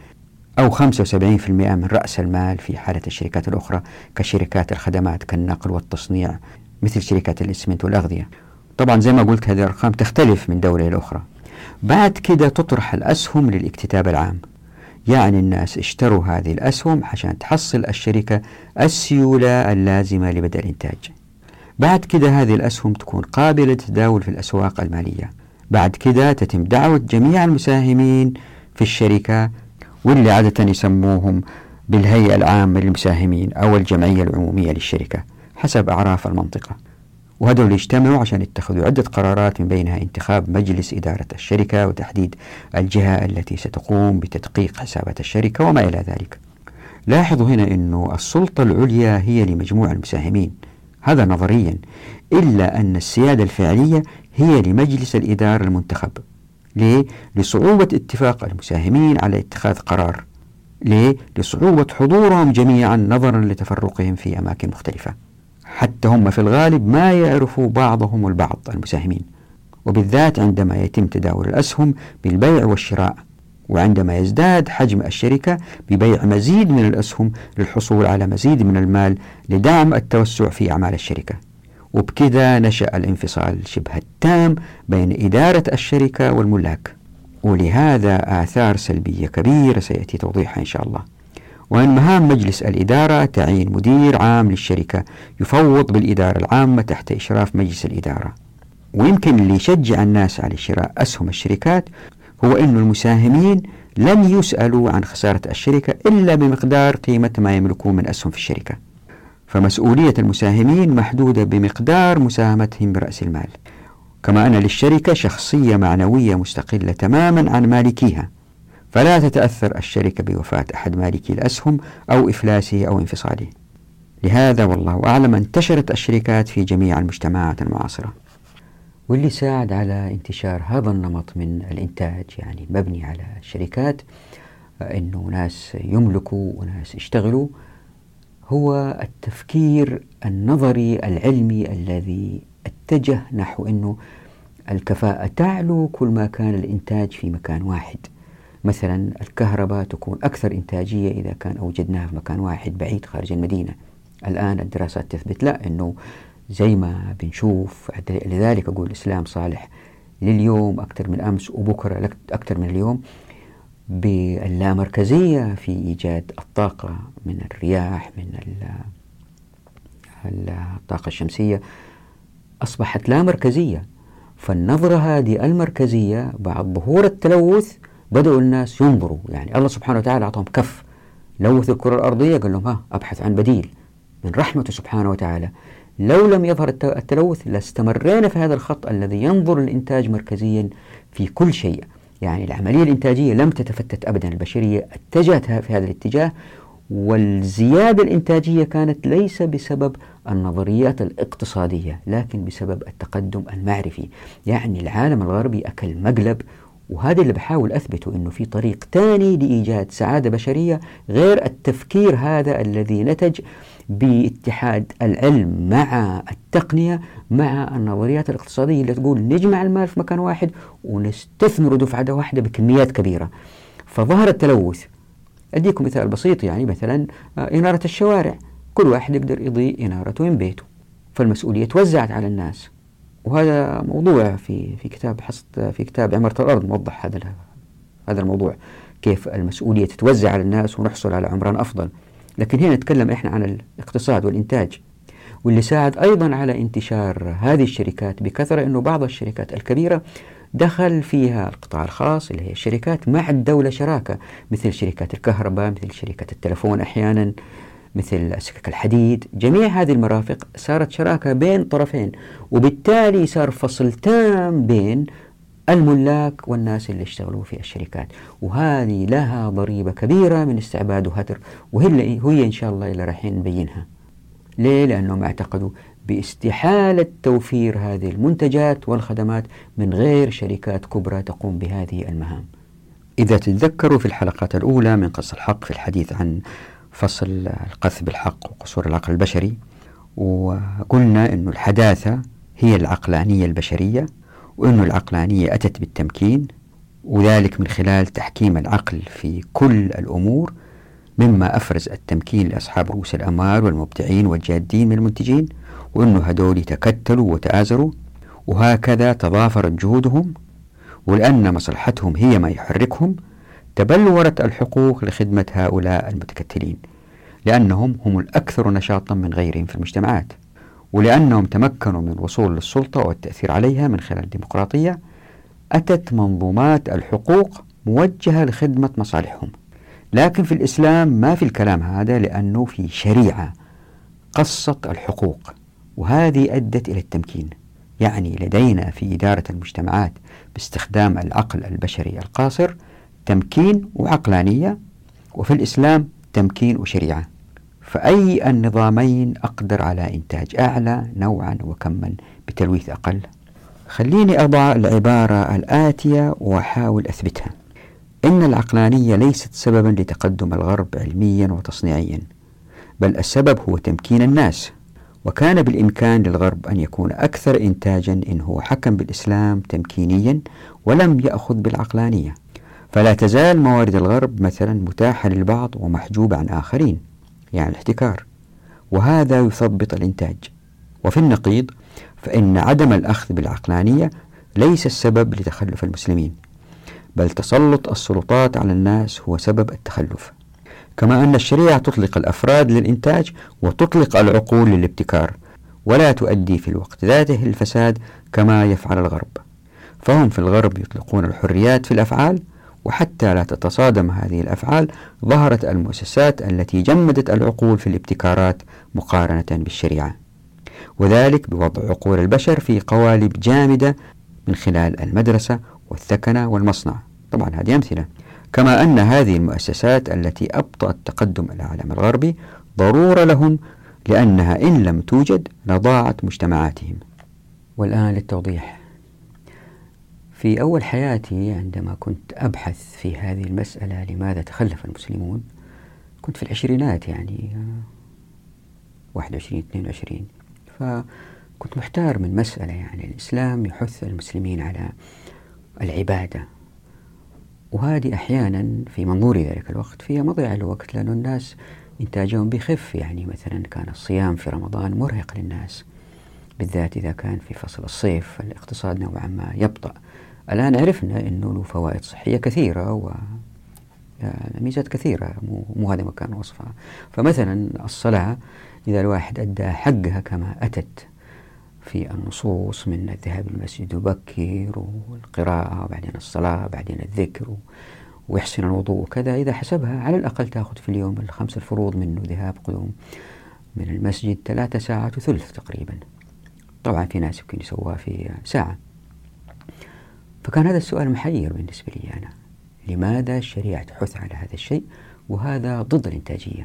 أو خمسة وسبعين بالمئة من رأس المال في حالة الشركات الأخرى كشركات الخدمات كالنقل والتصنيع مثل شركات الإسمنت والأغذية. طبعا زي ما قلت هذه الأرقام تختلف من دولة إلى أخرى. بعد كده تطرح الأسهم للاكتتاب العام، يعني الناس اشتروا هذه الأسهم عشان تحصل الشركة السيولة اللازمة لبدء الإنتاج. بعد كده هذه الأسهم تكون قابلة للتداول في الأسواق المالية. بعد كده تتم دعوة جميع المساهمين في الشركة، واللي عادة يسموهم بالهيئة العامة للمساهمين أو الجمعية العمومية للشركة حسب أعراف المنطقة، وهذول يجتمعوا عشان يتخذوا عدة قرارات من بينها انتخاب مجلس إدارة الشركة وتحديد الجهة التي ستقوم بتدقيق حسابات الشركة وما إلى ذلك. لاحظوا هنا أنه السلطة العليا هي لمجموع المساهمين، هذا نظريا، إلا أن السيادة الفعلية هي لمجلس الإدارة المنتخب. ليه؟ لصعوبة اتفاق المساهمين على اتخاذ قرار. ليه؟ لصعوبة حضورهم جميعا نظرا لتفرقهم في أماكن مختلفة، حتى هم في الغالب ما يعرفوا بعضهم البعض المساهمين، وبالذات عندما يتم تداول الأسهم بالبيع والشراء، وعندما يزداد حجم الشركة ببيع مزيد من الأسهم للحصول على مزيد من المال لدعم التوسع في أعمال الشركة. وبكذا نشأ الانفصال شبه التام بين إدارة الشركة والملاك، ولهذا آثار سلبية كبيرة سيأتي توضيحها إن شاء الله. وأن مهام مجلس الإدارة تعيين مدير عام للشركة يفوض بالإدارة العامة تحت إشراف مجلس الإدارة. ويمكن اللي يشجع الناس على شراء أسهم الشركات هو أن المساهمين لن يسألوا عن خسارة الشركة إلا بمقدار قيمة ما يملكون من أسهم في الشركة، فمسؤولية المساهمين محدودة بمقدار مساهمتهم برأس المال. كما أن للشركة شخصية معنوية مستقلة تماما عن مالكيها، فلا تتأثر الشركة بوفاة أحد مالكي الأسهم أو إفلاسه أو انفصاله. لهذا والله أعلم انتشرت الشركات في جميع المجتمعات المعاصرة. واللي ساعد على انتشار هذا النمط من الإنتاج يعني مبني على الشركات أنه ناس يملكوا وناس يشتغلوا هو التفكير النظري العلمي الذي اتجه نحو أنه الكفاءة تعلو كل ما كان الإنتاج في مكان واحد. مثلا الكهرباء تكون أكثر إنتاجية إذا كان أوجدناها في مكان واحد بعيد خارج المدينة. الآن الدراسات تثبت لا، أنه زي ما بنشوف، لذلك أقول الإسلام صالح لليوم أكثر من أمس وبكرة أكثر من اليوم، باللامركزية في إيجاد الطاقة من الرياح من الطاقة الشمسية أصبحت لا مركزية. فالنظرة هذه المركزية بعد ظهور التلوث بدأوا الناس ينظروا، يعني الله سبحانه وتعالى أعطاهم كف لوث الكرة الأرضية، قال لهم ها أبحث عن بديل من رحمته سبحانه وتعالى. لو لم يظهر التلوث لاستمرينا في هذا الخط الذي ينظر الإنتاج مركزيا في كل شيء. يعني العملية الإنتاجية لم تتفتت أبدا، البشرية اتجهت في هذا الاتجاه، والزيادة الإنتاجية كانت ليس بسبب النظريات الاقتصادية لكن بسبب التقدم المعرفي. يعني العالم الغربي أكل مقلب، وهذا اللي بحاول أثبته، أنه في طريق تاني لإيجاد سعادة بشرية غير التفكير هذا الذي نتج باتحاد العلم مع التقنية مع النظريات الاقتصادية اللي تقول نجمع المال في مكان واحد ونستثمر دفعة واحدة بكميات كبيرة. فظهر التلوث. أديكم مثال بسيط، يعني مثلا إنارة الشوارع، كل واحد يقدر يضيء إنارته من بيته، فالمسؤولية توزعت على الناس. وهذا موضوع في في كتاب حصت في كتاب عمارة الأرض موضح هذا هذا الموضوع، كيف المسؤولية تتوزع على الناس ونحصل على عمران أفضل. لكن هنا نتكلم إحنا عن الاقتصاد والإنتاج، واللي ساعد أيضا على انتشار هذه الشركات بكثرة أنه بعض الشركات الكبيرة دخل فيها القطاع الخاص اللي هي الشركات مع الدولة شراكة، مثل شركات الكهرباء، مثل شركات التلفون أحيانا، مثل سكك الحديد. جميع هذه المرافق صارت شراكة بين طرفين، وبالتالي صار فصل تام بين الملاك والناس اللي اشتغلوا في الشركات، وهذه لها ضريبة كبيرة من استعباد وهدر، وهي هي إن شاء الله اللي رايحين نبينها. ليه؟ لأنهم اعتقدوا باستحالة توفير هذه المنتجات والخدمات من غير شركات كبرى تقوم بهذه المهام. إذا تتذكروا في الحلقات الأولى من قص الحق في الحديث عن فصل القذف بالحق وقصور العقل البشري، وقلنا أن الحداثة هي العقلانية البشرية، وأن العقلانية أتت بالتمكين، وذلك من خلال تحكيم العقل في كل الأمور، مما أفرز التمكين لأصحاب رؤوس الأموال والمبدعين والجادين من المنتجين، وأنه هدول تكتلوا وتآزروا، وهكذا تضافرت جهودهم، ولأن مصلحتهم هي ما يحركهم تبلورت الحقوق لخدمة هؤلاء المتكتلين، لأنهم هم الأكثر نشاطا من غيرهم في المجتمعات، ولأنهم تمكنوا من الوصول للسلطة والتأثير عليها من خلال الديمقراطية. أتت منظومات الحقوق موجهة لخدمة مصالحهم. لكن في الإسلام ما في الكلام هذا، لأنه في شريعة قصت الحقوق، وهذه أدت إلى التمكين. يعني لدينا في إدارة المجتمعات باستخدام العقل البشري القاصر تمكين وعقلانية، وفي الإسلام تمكين وشريعة. فأي النظامين أقدر على إنتاج أعلى نوعا وكما بتلويث أقل؟ خليني أضع العبارة الآتية وأحاول أثبتها. إن العقلانية ليست سببا لتقدم الغرب علميا وتصنيعيا، بل السبب هو تمكين الناس. وكان بالإمكان للغرب أن يكون أكثر إنتاجا إن هو حكم بالإسلام تمكينيا ولم يأخذ بالعقلانية. فلا تزال موارد الغرب مثلا متاحة للبعض ومحجوبة عن آخرين، يعني الاحتكار، وهذا يثبط الإنتاج. وفي النقيض فإن عدم الأخذ بالعقلانية ليس السبب لتخلف المسلمين، بل تسلط السلطات على الناس هو سبب التخلف. كما أن الشريعة تطلق الأفراد للإنتاج وتطلق العقول للابتكار، ولا تؤدي في الوقت ذاته الفساد كما يفعل الغرب. فهم في الغرب يطلقون الحريات في الأفعال، وحتى لا تتصادم هذه الأفعال ظهرت المؤسسات التي جمدت العقول في الابتكارات مقارنة بالشريعة، وذلك بوضع عقول البشر في قوالب جامدة من خلال المدرسة والثكنة والمصنع. طبعا هذه أمثلة. كما أن هذه المؤسسات التي أبطأت تقدم العالم الغربي ضرورة لهم، لأنها إن لم توجد لضاعت مجتمعاتهم. والآن للتوضيح. في أول حياتي عندما كنت أبحث في هذه المسألة لماذا تخلف المسلمون، كنت في العشرينات، يعني واحد وعشرين اثنين وعشرين، فكنت محتار من مسألة. يعني الإسلام يحث المسلمين على العبادة، وهذه أحيانا في منظوري ذلك الوقت فيها مضيعة الوقت، لأن الناس إنتاجهم بيخف. يعني مثلا كان الصيام في رمضان مرهق للناس، بالذات إذا كان في فصل الصيف الاقتصاد نوعا ما يبطأ. الآن عرفنا أنه له فوائد صحية كثيرة وميزات كثيرة، مو هذا مكان وصفها. فمثلا الصلاة إذا الواحد أدى حقها كما أتت في النصوص من الذهاب للمسجد مبكر والقراءة وبعدين الصلاة بعدين الذكر ويحسن الوضوء وكذا، إذا حسبها على الأقل تأخذ في اليوم الخمس الفروض منه ذهاب قدوم من المسجد ثلاثة ساعات وثلث تقريبا. طبعا في ناس يمكن يسووها في ساعة. فكان هذا السؤال محير بالنسبة لي أنا، لماذا الشريعة تحث على هذا الشيء وهذا ضد الإنتاجية؟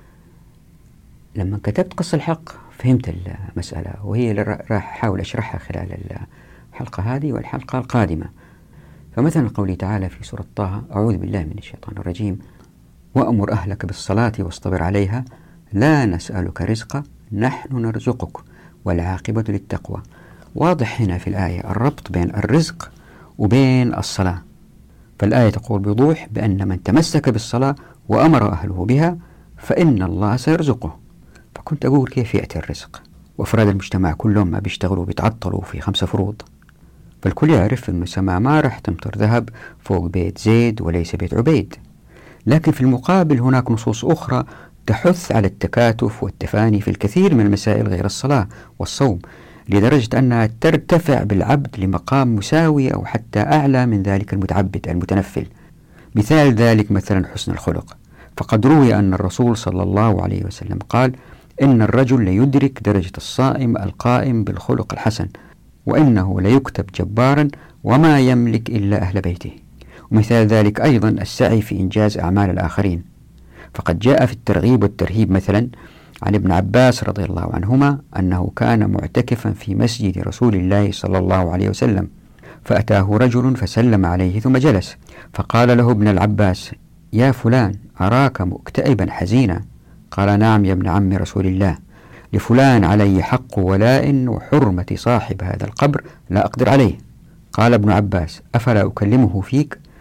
لما كتبت قص الحق فهمت المسألة، وهي اللي راح أحاول أشرحها خلال الحلقة هذه والحلقة القادمة. فمثلا قوله تعالى في سورة طه: أعوذ بالله من الشيطان الرجيم: وأمر أهلك بالصلاة واصطبر عليها لا نسألك رزقا نحن نرزقك والعاقبة للتقوى. واضح هنا في الآية الربط بين الرزق وبين الصلاة. فالآية تقول بوضوح بأن من تمسك بالصلاة وأمر أهله بها فإن الله سيرزقه. فكنت أقول كيف يأتي الرزق وأفراد المجتمع كلهم ما بيشتغلوا بيتعطلوا في خمسة فروض؟ فالكل يعرف أن السماء ما راح تمطر ذهب فوق بيت زيد وليس بيت عبيد. لكن في المقابل هناك نصوص أخرى تحث على التكاتف والتفاني في الكثير من المسائل غير الصلاة والصوم، لدرجة أنها ترتفع بالعبد لمقام مساوي أو حتى أعلى من ذلك المتعبد المتنفل. مثال ذلك مثلا حسن الخلق، فقد روي أن الرسول صلى الله عليه وسلم قال: إن الرجل ليدرك درجة الصائم القائم بالخلق الحسن، وإنه ليكتب جبارا وما يملك إلا أهل بيته. ومثال ذلك أيضا السعي في إنجاز أعمال الآخرين، فقد جاء في الترغيب والترهيب مثلا عن ابن عباس رضي الله عنهما أنه كان معتكفا في مسجد رسول الله صلى الله عليه وسلم، فأتاه رجل فسلم عليه ثم جلس، فقال له ابن العباس: يا فلان أراك مكتئبا حزينا. قال: نعم يا ابن عم رسول الله، لفلان علي حق ولاء وحرمة صاحب هذا القبر لا أقدر عليه. قال ابن عباس: أفلا أكلمه فيك؟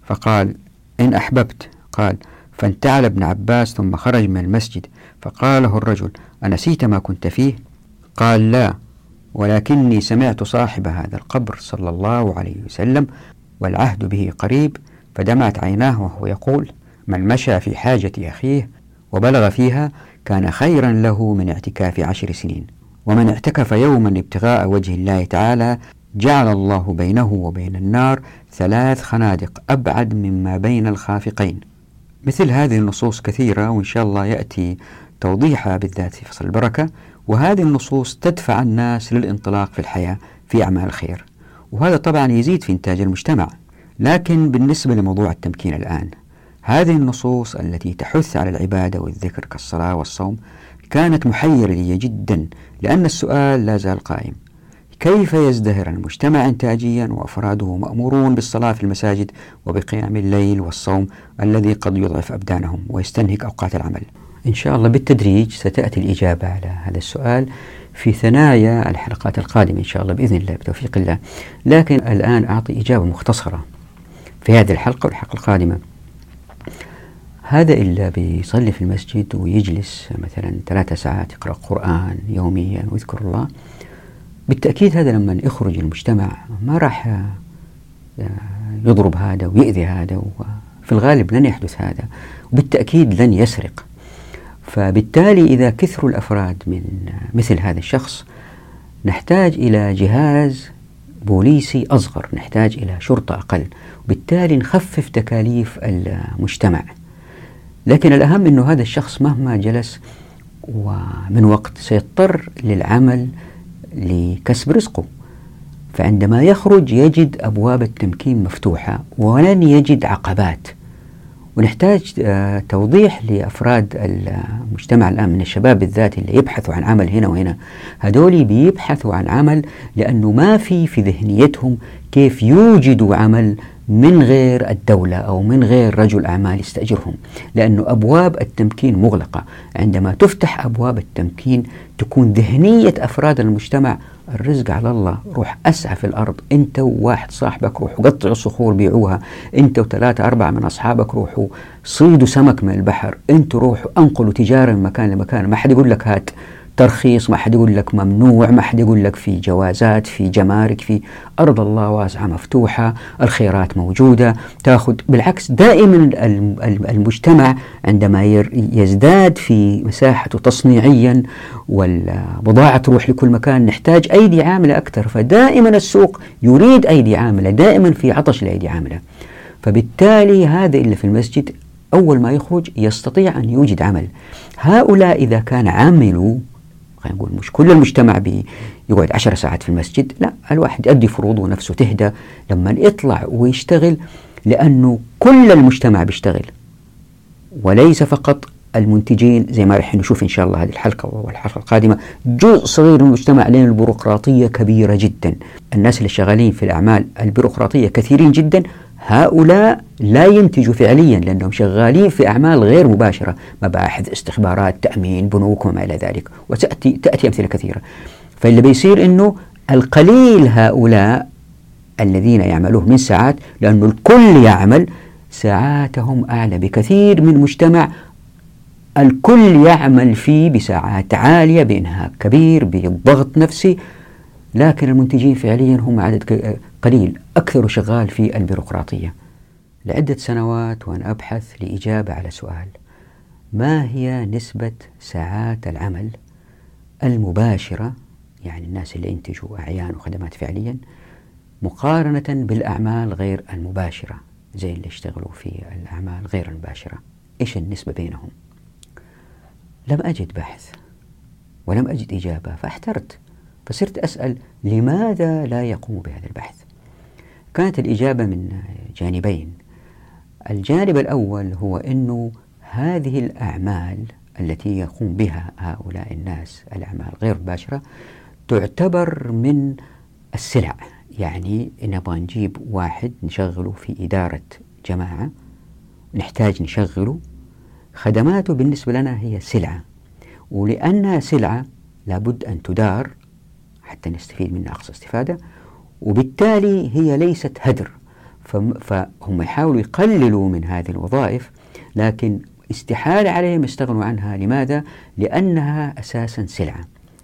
فقال: إن أحببت. قال: فانتعل ابن عباس ثم خرج من المسجد، فقال له الرجل: أنسيت ما كنت فيه؟ قال: لا، ولكني سمعت صاحب هذا القبر صلى الله عليه وسلم والعهد به قريب، فدمعت عيناه وهو يقول: من مشى في حاجة أخيه وبلغ فيها كان خيرا له من اعتكاف عشر سنين، ومن اعتكف يوما ابتغاء وجه الله تعالى جعل الله بينه وبين النار ثلاث خنادق أبعد مما بين الخافقين. مثل هذه النصوص كثيرة، وإن شاء الله يأتي توضيحها بالذات في فصل البركة. وهذه النصوص تدفع الناس للانطلاق في الحياة في أعمال الخير، وهذا طبعا يزيد في إنتاج المجتمع. لكن بالنسبة لموضوع التمكين الآن، هذه النصوص التي تحث على العبادة والذكر كالصلاة والصوم كانت محيرة لي جدا، لأن السؤال لا زال قائم: كيف يزدهر المجتمع إنتاجيا وأفراده مأمورون بالصلاة في المساجد وبقيام الليل والصوم الذي قد يضعف أبدانهم ويستنهك أوقات العمل؟ إن شاء الله بالتدريج ستأتي الإجابة على هذا السؤال في ثنايا الحلقات القادمة إن شاء الله بإذن الله بتوفيق الله. لكن الآن أعطي إجابة مختصرة في هذه الحلقة والحلقة القادمة. هذا إلا بيصلي في المسجد ويجلس مثلا ثلاثة ساعات يقرأ قرآن يوميا ويذكر الله، بالتأكيد هذا لما يخرج المجتمع ما راح يضرب هذا ويؤذي هذا، وفي الغالب لن يحدث هذا، وبالتأكيد لن يسرق. فبالتالي إذا كثروا الأفراد من مثل هذا الشخص نحتاج إلى جهاز بوليسي أصغر، نحتاج إلى شرطة أقل، وبالتالي نخفف تكاليف المجتمع. لكن الأهم أنه هذا الشخص مهما جلس ومن وقت سيضطر للعمل لكسب رزقه، فعندما يخرج يجد أبواب التمكين مفتوحة ولن يجد عقبات. ونحتاج توضيح لأفراد المجتمع الآن من الشباب بالذات اللي يبحثوا عن عمل هنا وهنا، هذول بيبحثوا عن عمل لأنه ما في في ذهنيتهم كيف يوجدوا عمل من غير الدولة أو من غير رجل أعمال يستأجرهم، لأنه أبواب التمكين مغلقة. عندما تفتح أبواب التمكين تكون ذهنية أفراد المجتمع: الرزق على الله، روح أسعى في الأرض، أنت وواحد صاحبك روحوا قطعوا الصخور بيعوها، أنت وثلاثة أربعة من أصحابك روحوا صيدوا سمك من البحر، أنتوا روحوا أنقلوا تجارة من مكان لمكان. ما حد يقول لك هات ترخيص، ما حد يقول لك ممنوع، ما حد يقول لك في جوازات، في جمارك، في أرض الله واسعة مفتوحة، الخيرات موجودة تأخذ. بالعكس دائما المجتمع عندما يزداد في مساحته تصنيعيا والبضاعة تروح لكل مكان نحتاج أيدي عاملة أكثر، فدائما السوق يريد أيدي عاملة، دائما في عطش لأيدي عاملة. فبالتالي هذا اللي في المسجد أول ما يخرج يستطيع أن يوجد عمل. هؤلاء إذا كان عملوا، خلينا نقول مش كل المجتمع بيقعد عشر ساعات في المسجد، لا، الواحد يؤدي فروضه ونفسه تهدى لما يطلع ويشتغل، لأنه كل المجتمع بيشتغل وليس فقط المنتجين زي ما رح نشوف إن شاء الله هذه الحلقة والحلقة القادمة. جزء صغير من المجتمع لأن البيروقراطية كبيرة جدا، الناس اللي شغالين في الأعمال البيروقراطية كثيرين جدا، هؤلاء لا ينتجوا فعليا لأنهم شغالين في أعمال غير مباشرة، مباحث، استخبارات، تأمين، بنوك وما إلى ذلك، وتأتي تأتي أمثلة كثيرة. فاللي بيصير إنه القليل هؤلاء الذين يعملوه من ساعات، لأنه الكل يعمل ساعاتهم أعلى بكثير من مجتمع الكل يعمل فيه بساعات عالية بإنهاك كبير بضغط نفسي، لكن المنتجين فعليا هم عدد قليل، أكثر شغال في البيروقراطية. لعدة سنوات وأنا أبحث لإجابة على سؤال: ما هي نسبة ساعات العمل المباشرة، يعني الناس اللي ينتجوا أعيان وخدمات فعليا، مقارنة بالأعمال غير المباشرة زي اللي يشتغلوا في الأعمال غير المباشرة، إيش النسبة بينهم؟ لم أجد بحث ولم أجد إجابة، فاحترت، فصرت أسأل لماذا لا يقوم بهذا البحث؟ كانت الإجابة من جانبين. الجانب الأول هو أنه هذه الأعمال التي يقوم بها هؤلاء الناس، الأعمال غير مباشرة، تعتبر من السلع. يعني نبغى نجيب واحد نشغله في إدارة جماعة، نحتاج نشغله، خدماته بالنسبة لنا هي سلعة، ولأنها سلعة لابد أن تدار حتى نستفيد منها أقصى استفادة، وبالتالي هي ليست هدر. فهم يحاولوا يقللوا من هذه الوظائف، لكن استحالة عليهم يستغنوا عنها. لماذا؟ لأنها أساسا سلعة.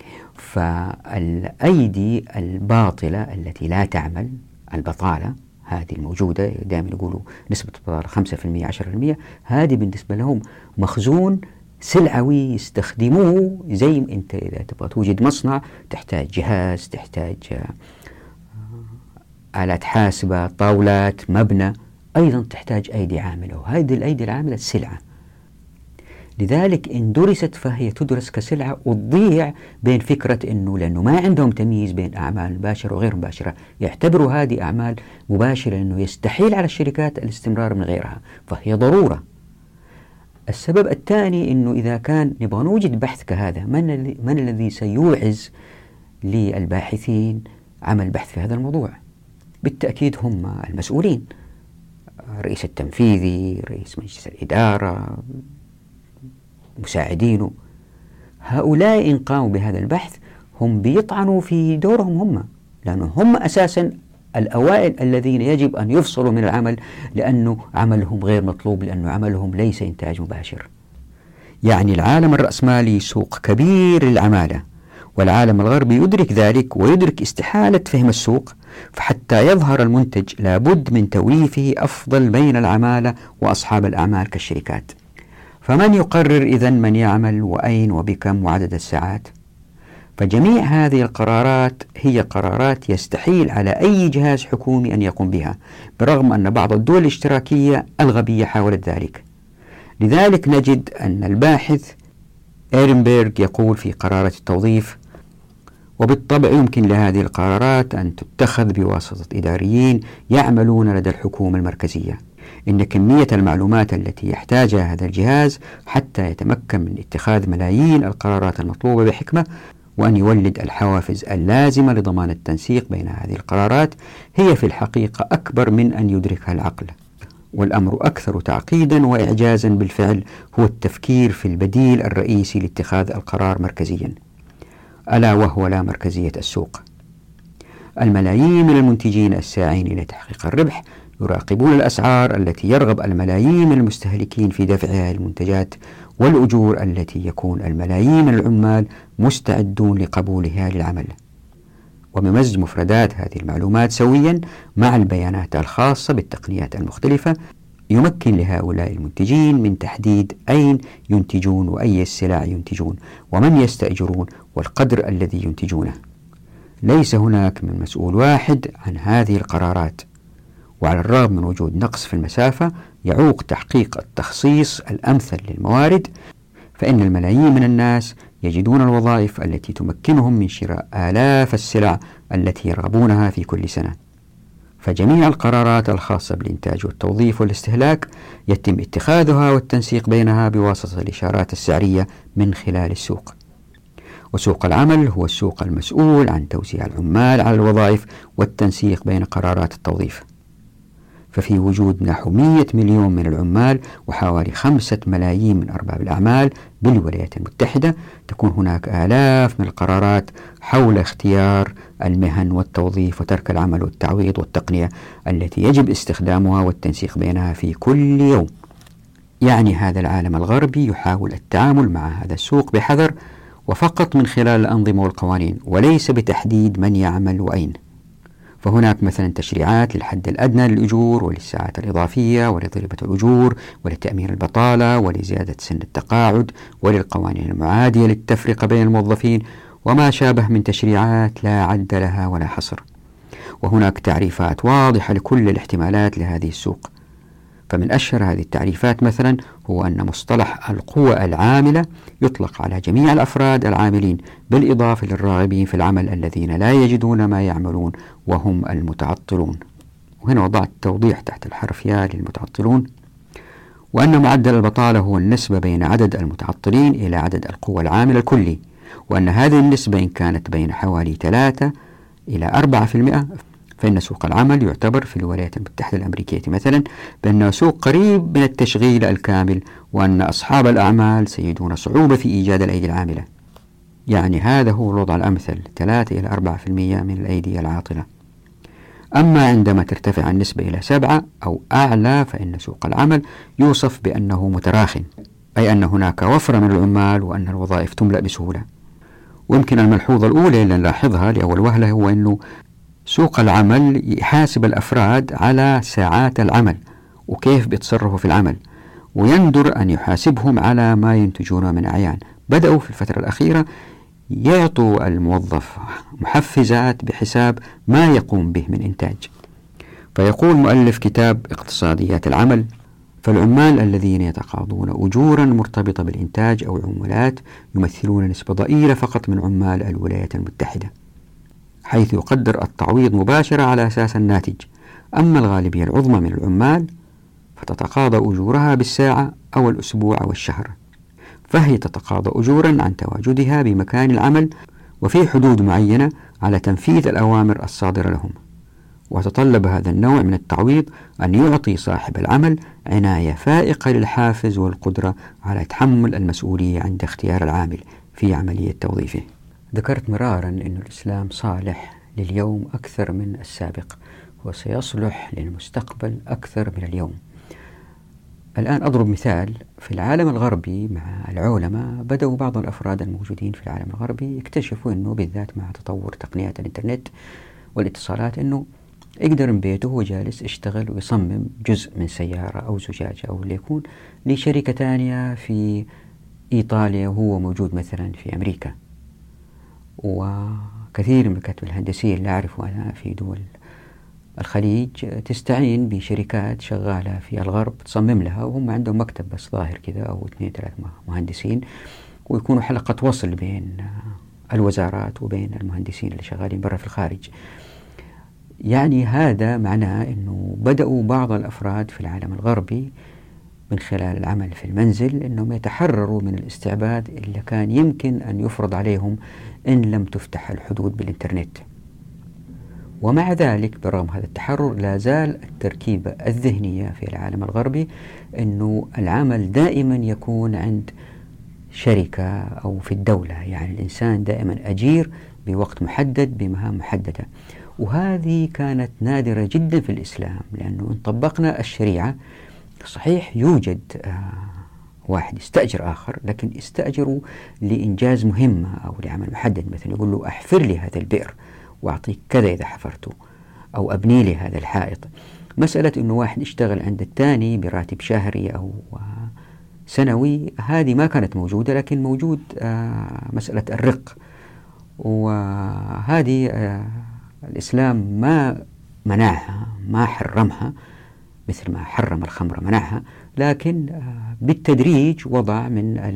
فالأيدي الباطلة التي لا تعمل، البطالة هذه الموجودة، دائما يقولوا نسبة البطالة خمسة في المئة عشرة في المئة، هذه بالنسبة لهم مخزون سلعوي يستخدموه. زي أنت إذا تبغى توجد مصنع تحتاج جهاز، تحتاج آلات حاسبة، طاولات، مبنى، أيضا تحتاج أيدي عاملة، وهذه الأيدي العاملة سلعة. لذلك إن درست فهي تدرس كسلعة، وتضيع بين فكرة أنه لأنه ما عندهم تمييز بين أعمال مباشرة وغير مباشرة، يعتبروا هذه أعمال مباشرة أنه يستحيل على الشركات الاستمرار من غيرها، فهي ضرورة. السبب الثاني أنه إذا كان نبغى نوجد بحث كهذا، من, من الذي سيوعز للباحثين عمل بحث في هذا الموضوع؟ بالتأكيد هم المسؤولين، الرئيس التنفيذي، رئيس مجلس الإدارة، مساعدينه. هؤلاء إن قاموا بهذا البحث هم بيطعنوا في دورهم هم، لأنه هم أساسا الأوائل الذين يجب أن يفصلوا من العمل، لأنه عملهم غير مطلوب، لأنه عملهم ليس إنتاج مباشر. يعني العالم الرأسمالي سوق كبير للعمالة، والعالم الغربي يدرك ذلك ويدرك استحالة فهم السوق، فحتى يظهر المنتج لابد من توليفه أفضل بين العمالة وأصحاب الأعمال كالشركات. فمن يقرر إذن من يعمل وأين وبكم وعدد الساعات؟ فجميع هذه القرارات هي قرارات يستحيل على أي جهاز حكومي أن يقوم بها، برغم أن بعض الدول الاشتراكية الغبية حاولت ذلك. لذلك نجد أن الباحث إيرنبيرغ يقول في قرارات التوظيف: وبالطبع يمكن لهذه القرارات أن تتخذ بواسطة إداريين يعملون لدى الحكومة المركزية، إن كمية المعلومات التي يحتاجها هذا الجهاز حتى يتمكن من اتخاذ ملايين القرارات المطلوبة بحكمة، وأن يولد الحوافز اللازمة لضمان التنسيق بين هذه القرارات، هي في الحقيقة أكبر من أن يدركها العقل. والأمر أكثر تعقيدا وإعجازا بالفعل هو التفكير في البديل الرئيسي لاتخاذ القرار مركزيا، ألا وهو لا مركزية السوق. الملايين من المنتجين الساعين إلى تحقيق الربح يراقبون الأسعار التي يرغب الملايين من المستهلكين في دفعها المنتجات، والأجور التي يكون الملايين من العمال مستعدون لقبولها للعمل. وبمزج مفردات هذه المعلومات سويا مع البيانات الخاصة بالتقنيات المختلفة، يمكن لهؤلاء المنتجين من تحديد أين ينتجون وأي السلع ينتجون ومن يستأجرون والقدر الذي ينتجونه. ليس هناك من مسؤول واحد عن هذه القرارات، وعلى الرغم من وجود نقص في المسافة يعوق تحقيق التخصيص الأمثل للموارد، فإن الملايين من الناس يجدون الوظائف التي تمكنهم من شراء آلاف السلع التي يرغبونها في كل سنة. فجميع القرارات الخاصة بالإنتاج والتوظيف والاستهلاك يتم اتخاذها والتنسيق بينها بواسطة الإشارات السعرية من خلال السوق. وسوق العمل هو السوق المسؤول عن توزيع العمال على الوظائف والتنسيق بين قرارات التوظيف. ففي وجود نحو مئة مليون من العمال وحوالي خمسة ملايين من أرباب الأعمال بالولايات المتحدة، تكون هناك آلاف من القرارات حول اختيار المهن والتوظيف وترك العمل والتعويض والتقنية التي يجب استخدامها والتنسيق بينها في كل يوم. يعني هذا العالم الغربي يحاول التعامل مع هذا السوق بحذر وفقط من خلال الأنظمة والقوانين، وليس بتحديد من يعمل وأين. فهناك مثلا تشريعات للحد الأدنى للأجور وللساعات الإضافية ولضريبة الأجور ولتأمين البطالة ولزيادة سن التقاعد وللقوانين المعادية للتفرقة بين الموظفين وما شابه من تشريعات لا عد لها ولا حصر. وهناك تعريفات واضحة لكل الاحتمالات لهذه السوق. فمن أشهر هذه التعريفات مثلا هو أن مصطلح القوى العاملة يطلق على جميع الأفراد العاملين بالإضافة للراغبين في العمل الذين لا يجدون ما يعملون وهم المتعطلون. وهنا وضعت توضيح تحت الحرف يا للمتعطلون، وأن معدل البطالة هو النسبة بين عدد المتعطلين إلى عدد القوى العاملة الكلي، وأن هذه النسبة إن كانت بين حوالي ثلاثة إلى أربعة في المئة، فإن سوق العمل يعتبر في الولايات المتحدة الأمريكية مثلا بأنه سوق قريب من التشغيل الكامل، وأن أصحاب الأعمال سيجدون صعوبة في إيجاد الأيدي العاملة. يعني هذا هو الوضع الأمثل، ثلاثة إلى أربعة في المئة من الأيدي العاطلة. أما عندما ترتفع النسبة إلى سبعة أو أعلى فإن سوق العمل يوصف بأنه متراخٍ، أي أن هناك وفرة من العمال وأن الوظائف تملأ بسهولة. ويمكن الملحوظة الأولى اللي نلاحظها لأول وهلة هو أنه سوق العمل يحاسب الأفراد على ساعات العمل وكيف بيتصرفوا في العمل، ويندر أن يحاسبهم على ما ينتجونه من أعيان. بدأوا في الفترة الأخيرة يعطوا الموظف محفزات بحساب ما يقوم به من إنتاج. فيقول مؤلف كتاب اقتصاديات العمل: فالعمال الذين يتقاضون أجورا مرتبطة بالإنتاج أو عمولات يمثلون نسبة ضئيلة فقط من عمال الولايات المتحدة، حيث يقدر التعويض مباشرة على أساس الناتج. أما الغالبية العظمى من العمال فتتقاضى أجورها بالساعة أو الأسبوع أو الشهر، فهي تتقاضى أجورا عن تواجدها بمكان العمل وفي حدود معينة على تنفيذ الأوامر الصادرة لهم. وتطلب هذا النوع من التعويض أن يعطي صاحب العمل عناية فائقة للحافز والقدرة على تحمل المسؤولية عند اختيار العامل في عملية توظيفه. ذكرت مرارا أن الإسلام صالح لليوم أكثر من السابق وسيصلح للمستقبل أكثر من اليوم. الآن أضرب مثال: في العالم الغربي مع العولمة بدأوا بعض الأفراد الموجودين في العالم الغربي يكتشفوا أنه بالذات مع تطور تقنيات الإنترنت والاتصالات أنه يقدر من بيته وهو جالس يشتغل ويصمم جزء من سيارة أو زجاجة أو اللي يكون لشركة تانية في إيطاليا وهو موجود مثلا في أمريكا. وكثير من المكاتب الهندسية اللي أعرفها أنا في دول الخليج تستعين بشركات شغالة في الغرب تصمم لها، وهم عندهم مكتب بس ظاهر كذا أو اثنين ثلاث مهندسين، ويكونوا حلقة وصل بين الوزارات وبين المهندسين اللي شغالين برا في الخارج. يعني هذا معناه أنه بدأوا بعض الأفراد في العالم الغربي من خلال العمل في المنزل أنهم يتحرروا من الاستعباد اللي كان يمكن أن يفرض عليهم إن لم تفتح الحدود بالإنترنت. ومع ذلك برغم هذا التحرر لا زال التركيبة الذهنية في العالم الغربي أنه العمل دائما يكون عند شركة أو في الدولة، يعني الإنسان دائما أجير بوقت محدد بمهام محددة. وهذه كانت نادرة جدا في الإسلام، لأنه إن طبقنا الشريعة صحيح يوجد آه واحد يستأجر آخر، لكن يستأجروا لإنجاز مهمة أو لعمل محدد، مثلا يقول له أحفر لي هذا البئر وأعطيك كذا إذا حفرته، أو أبني لي هذا الحائط. مسألة أنه واحد يشتغل عند الثاني براتب شهري أو سنوي هذه ما كانت موجودة، لكن موجود آه مسألة الرق، وهذه آه الإسلام ما منعها ما حرمها مثل ما حرم الخمر منعها، لكن بالتدريج وضع من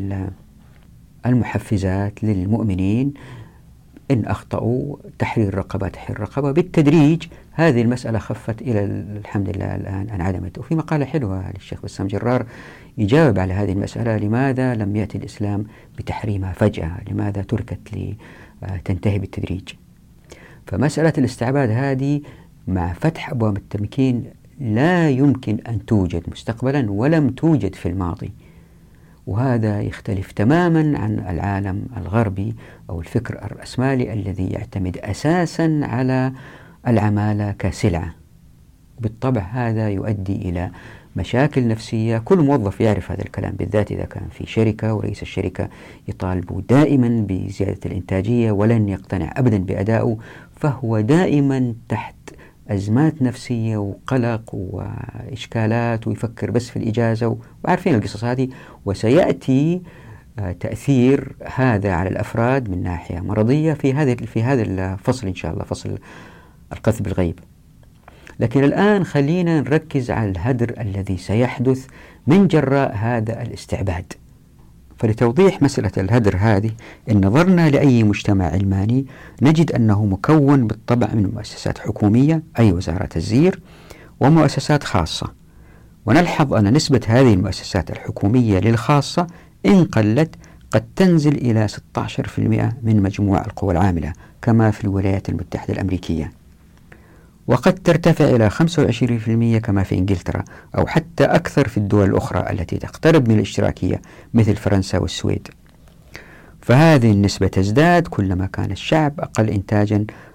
المحفزات للمؤمنين إن أخطأوا تحرير رقبة تحرير رقبة. بالتدريج هذه المسألة خفت إلى الحمد لله الآن انعدمت. وفي مقالة حلوة للشيخ بسام جرار يجاوب على هذه المسألة: لماذا لم يأتي الإسلام بتحريمها فجأة؟ لماذا تركت لتنتهي بالتدريج؟ فمسألة الاستعباد هذه مع فتح أبواب التمكين لا يمكن أن توجد مستقبلا ولم توجد في الماضي، وهذا يختلف تماما عن العالم الغربي أو الفكر الرأسمالي الذي يعتمد أساسا على العمالة كسلعة. بالطبع هذا يؤدي إلى مشاكل نفسية. كل موظف يعرف هذا الكلام، بالذات إذا كان في شركة ورئيس الشركة يطالبه دائما بزيادة الإنتاجية ولن يقتنع أبدا بأدائه، فهو دائما تحت أزمات نفسية وقلق وإشكالات ويفكر بس في الإجازة، وعارفين القصص هذه. وسيأتي تأثير هذا على الأفراد من ناحية مرضية في هذا في هذا الفصل إن شاء الله، فصل القذف بالغيب. لكن الآن خلينا نركز على الهدر الذي سيحدث من جراء هذا الاستعباد. فلتوضيح مسألة الهدر هذه، إن نظرنا لأي مجتمع علماني نجد أنه مكون بالطبع من مؤسسات حكومية أي وزارات الزير ومؤسسات خاصة، ونلحظ أن نسبة هذه المؤسسات الحكومية للخاصة إن قلت قد تنزل إلى ستة عشر بالمئة من مجموع القوى العاملة كما في الولايات المتحدة الأمريكية، وقد ترتفع إلى خمسة وعشرين بالمئة كما في إنجلترا، أو حتى أكثر في الدول الأخرى التي تقترب من الاشتراكية مثل فرنسا والسويد. فهذه النسبة تزداد كلما كان الشعب أقل إنتاجا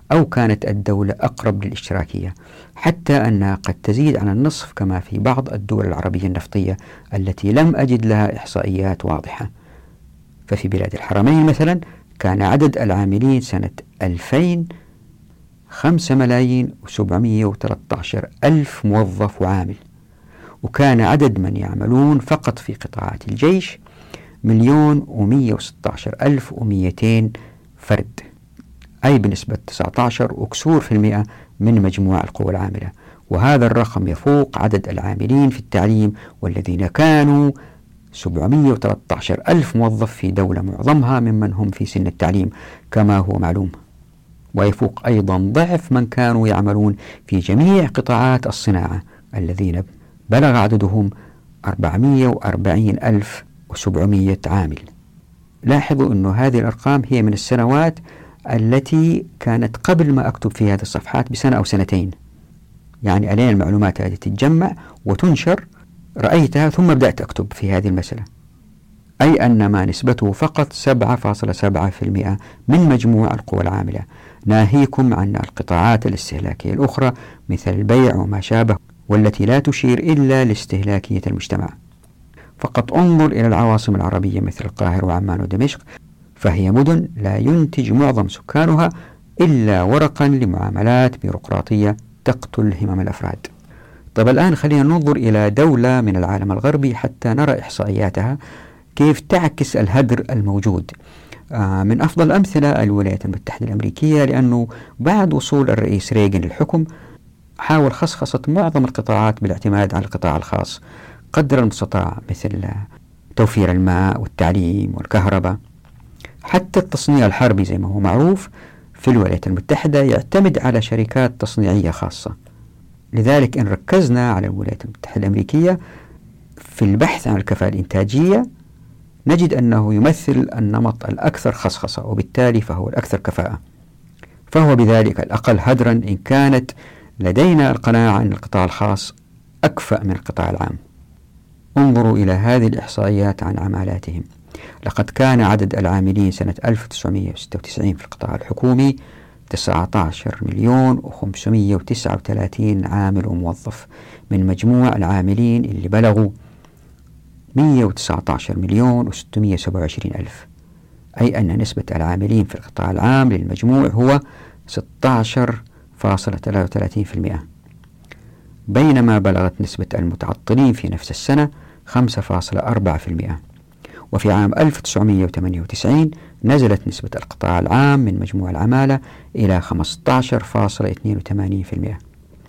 أو كانت الدولة أقرب للاشتراكية، حتى أنها قد تزيد عن النصف كما في بعض الدول العربية النفطية التي لم أجد لها إحصائيات واضحة. ففي بلاد الحرمين مثلا كان عدد العاملين سنة ألفين خمسة ملايين وسبعمائة وثلاثة عشر ألف موظف وعامل، وكان عدد من يعملون فقط في قطاعات الجيش مليون ومئة وستة عشر ألف ومئتين فرد، أي بنسبة تسعة عشر وكسور في المئة من مجموع القوى العاملة. وهذا الرقم يفوق عدد العاملين في التعليم والذين كانوا سبعمائة وثلاثة عشر ألف موظف في دولة معظمها ممن هم في سن التعليم كما هو معلوم، ويفوق أيضا ضعف من كانوا يعملون في جميع قطاعات الصناعة الذين بلغ عددهم أربعمائة وأربعين ألف وسبعمائة عامل. لاحظوا أن هذه الأرقام هي من السنوات التي كانت قبل ما أكتب في هذه الصفحات بسنة أو سنتين، يعني ألين المعلومات هذه تتجمع وتنشر رأيتها ثم بدأت أكتب في هذه المسألة، أي أن ما نسبته فقط سبعة فاصلة سبعة بالمئة من مجموع القوى العاملة، ناهيكم عن القطاعات الاستهلاكية الأخرى مثل البيع وما شابه، والتي لا تشير إلا لاستهلاكية المجتمع. فقط انظر إلى العواصم العربية مثل القاهرة وعمان ودمشق، فهي مدن لا ينتج معظم سكانها إلا ورقا لمعاملات بيروقراطية تقتل همم الأفراد. طيب الآن خلينا ننظر إلى دولة من العالم الغربي حتى نرى إحصائياتها كيف تعكس الهدر الموجود. آه من أفضل الأمثلة الولايات المتحدة الأمريكية، لأنه بعد وصول الرئيس ريغن للحكم حاول خصخصة معظم القطاعات بالاعتماد على القطاع الخاص قدر المستطاع، مثل توفير الماء والتعليم والكهرباء. حتى التصنيع الحربي زي ما هو معروف في الولايات المتحدة يعتمد على شركات تصنيعية خاصة. لذلك إن ركزنا على الولايات المتحدة الأمريكية في البحث عن الكفاءة الإنتاجية نجد أنه يمثل النمط الأكثر خصخصة، وبالتالي فهو الأكثر كفاءة، فهو بذلك الأقل هدرا، إن كانت لدينا القناعة أن القطاع الخاص أكفأ من القطاع العام. انظروا إلى هذه الإحصائيات عن عمالاتهم. لقد كان عدد العاملين سنة ألف وتسعمائة وستة وتسعين في القطاع الحكومي تسعة عشر مليون وخمسمائة وتسعة وثلاثين عامل وموظف من مجموع العاملين اللي بلغوا مئة وتسعة عشر مليون وستمائة وسبعة وعشرين ألف، أي أن نسبة العاملين في القطاع العام للمجموع هو ستة عشر فاصلة ثلاثة وثلاثين بالمئة، بينما بلغت نسبة المتعطلين في نفس السنة خمسة فاصلة أربعة بالمئة. وفي عام ألف وتسعمائة وثمانية وتسعين نزلت نسبة القطاع العام من مجموع العمالة إلى خمسة عشر فاصلة اثنين وثمانين بالمئة.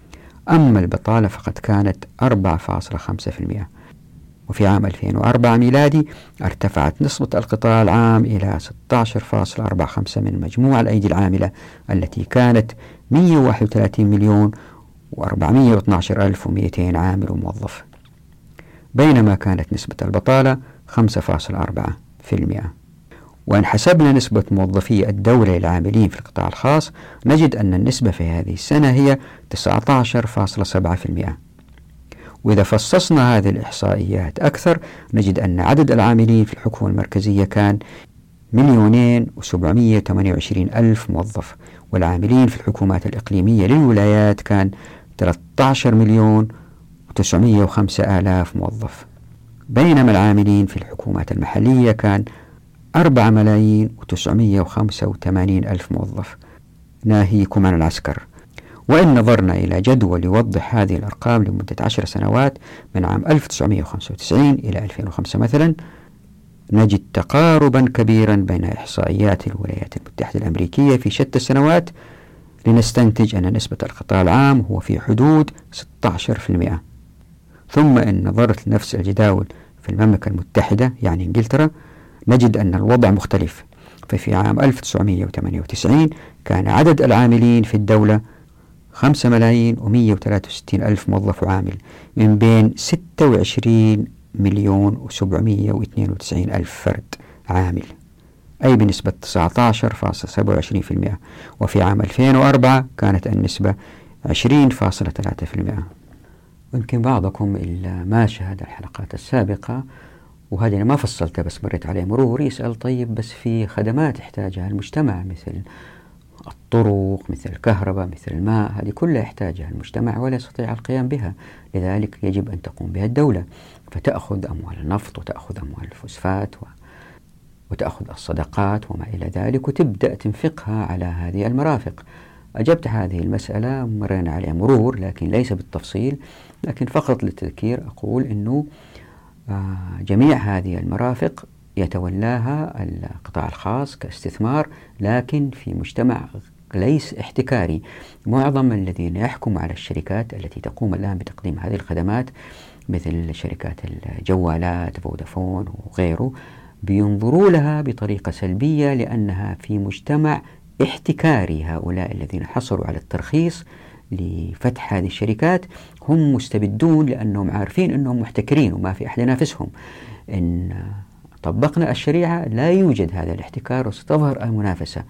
أما البطالة فقد كانت أربعة فاصلة خمسة بالمئة. وفي عام ألفين وأربعة ميلادي ارتفعت نسبة القطاع العام إلى ستة عشر فاصلة أربعة خمسة من مجموع الأيدي العاملة التي كانت مئة وواحد وثلاثين مليون وأربعمائة واثني عشر ألف ومئتين عامل وموظف، بينما كانت نسبة البطالة خمسة فاصلة أربعة بالمئة. وإن حسبنا نسبة موظفي الدولة للعاملين في القطاع الخاص نجد أن النسبة في هذه السنة هي تسعة عشر فاصلة سبعة بالمئة. وإذا فصصنا هذه الإحصائيات أكثر نجد أن عدد العاملين في الحكومة المركزية كان مليونين وسبعمائة وثمانية وعشرين ألف موظف، والعاملين في الحكومات الإقليمية للولايات كان ثلاثة عشر مليون وتسعمائة وخمسة آلاف موظف، بينما العاملين في الحكومات المحلية كان أربعة ملايين وتسعمائة وخمسة وثمانين ألف موظف، ناهيكم عن العسكر. وإن نظرنا إلى جدول يوضح هذه الأرقام لمدة عشر سنوات من عام ألف وتسعمائة وخمسة وتسعين إلى ألفين وخمسة مثلا، نجد تقاربا كبيرا بين إحصائيات الولايات المتحدة الأمريكية في شتى السنوات، لنستنتج أن نسبة القطاع العام هو في حدود ستة عشر بالمئة. ثم إن نظرت لنفس الجداول في المملكة المتحدة يعني إنجلترا نجد أن الوضع مختلف. ففي عام ألف وتسعمائة وثمانية وتسعين كان عدد العاملين في الدولة خمسة ملايين ومئة وثلاثة وستين ألف موظف وعامل من بين ستة وعشرين مليون وسبعمائة واثنين وتسعين ألف فرد عامل، أي بنسبة تسعة عشر فاصلة سبعة وعشرين بالمئة. وفي عام ألفين وأربعة كانت النسبة عشرين فاصلة ثلاثة بالمئة. ويمكن بعضكم اللي ما شاهد الحلقات السابقة وهذه أنا ما فصلتها بس مريت عليه مرور يسأل طيب بس في خدمات يحتاجها المجتمع مثل الطرق، مثل الكهرباء، مثل الماء، هذه كلها يحتاجها المجتمع ولا يستطيع القيام بها، لذلك يجب أن تقوم بها الدولة، فتأخذ أموال النفط وتأخذ أموال الفوسفات وتأخذ الصدقات وما إلى ذلك وتبدأ تنفقها على هذه المرافق. أجبت هذه المسألة، مرينا عليها مرور لكن ليس بالتفصيل، لكن فقط للتذكير أقول أنه جميع هذه المرافق يتولاها القطاع الخاص كاستثمار، لكن في مجتمع ليس احتكاري. معظم الذين يحكموا على الشركات التي تقوم الآن بتقديم هذه الخدمات مثل شركات الجوالات فودافون وغيره بينظروا لها بطريقة سلبية، لأنها في مجتمع احتكاري. هؤلاء الذين حصلوا على الترخيص لفتح هذه الشركات هم مستبدون، لأنهم عارفين أنهم محتكرين وما في أحد ينافسهم. إن طبقنا الشريعة لا يوجد هذا الاحتكار وستظهر المنافسة.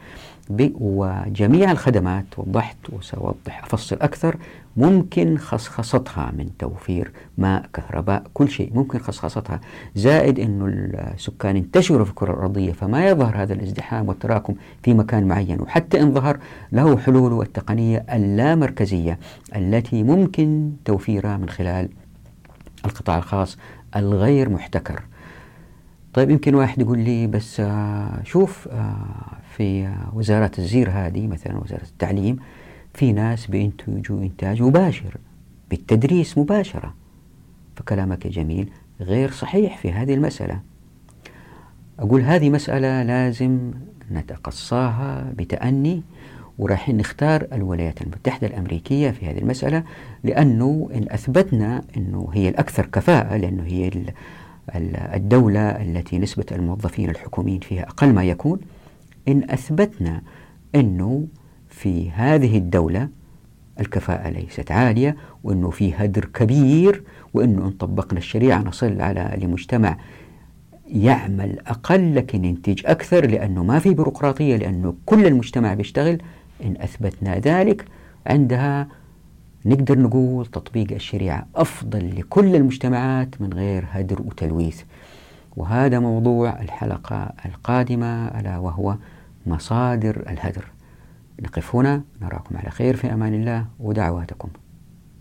وجميع الخدمات وضحت وسأوضح أفصل أكثر ممكن خصخصتها من توفير ماء، كهرباء، كل شيء ممكن خصخصتها، زائد أنه السكان انتشروا في الكرة الأرضية فما يظهر هذا الازدحام والتراكم في مكان معين، وحتى إن ظهر له حلول التقنية اللامركزية التي ممكن توفيرها من خلال القطاع الخاص الغير محتكر. طيب يمكن واحد يقول لي بس شوف في وزارات الزير هذه مثلا وزارة التعليم في ناس بينتجوا إنتاج مباشر بالتدريس مباشرة، فكلامك يا جميل غير صحيح في هذه المسألة. أقول هذه مسألة لازم نتقصاها بتأني، وراح نختار الولايات المتحدة الأمريكية في هذه المسألة، لأنه إن أثبتنا أنه هي الأكثر كفاءة، لأنه هي الدولة التي نسبة الموظفين الحكوميين فيها أقل ما يكون، إن أثبتنا أنه في هذه الدولة الكفاءة ليست عالية، وأنه في هدر كبير، وأنه إن طبقنا الشريعة نصل على لمجتمع يعمل أقل لكن ينتج أكثر، لأنه ما في بيروقراطية، لأنه كل المجتمع بيشتغل. إن أثبتنا ذلك عندها نقدر نقول تطبيق الشريعة أفضل لكل المجتمعات من غير هدر وتلويث. وهذا موضوع الحلقة القادمة، ألا وهو مصادر الهدر. نقف هنا، نراكم على خير في أمان الله ودعواتكم.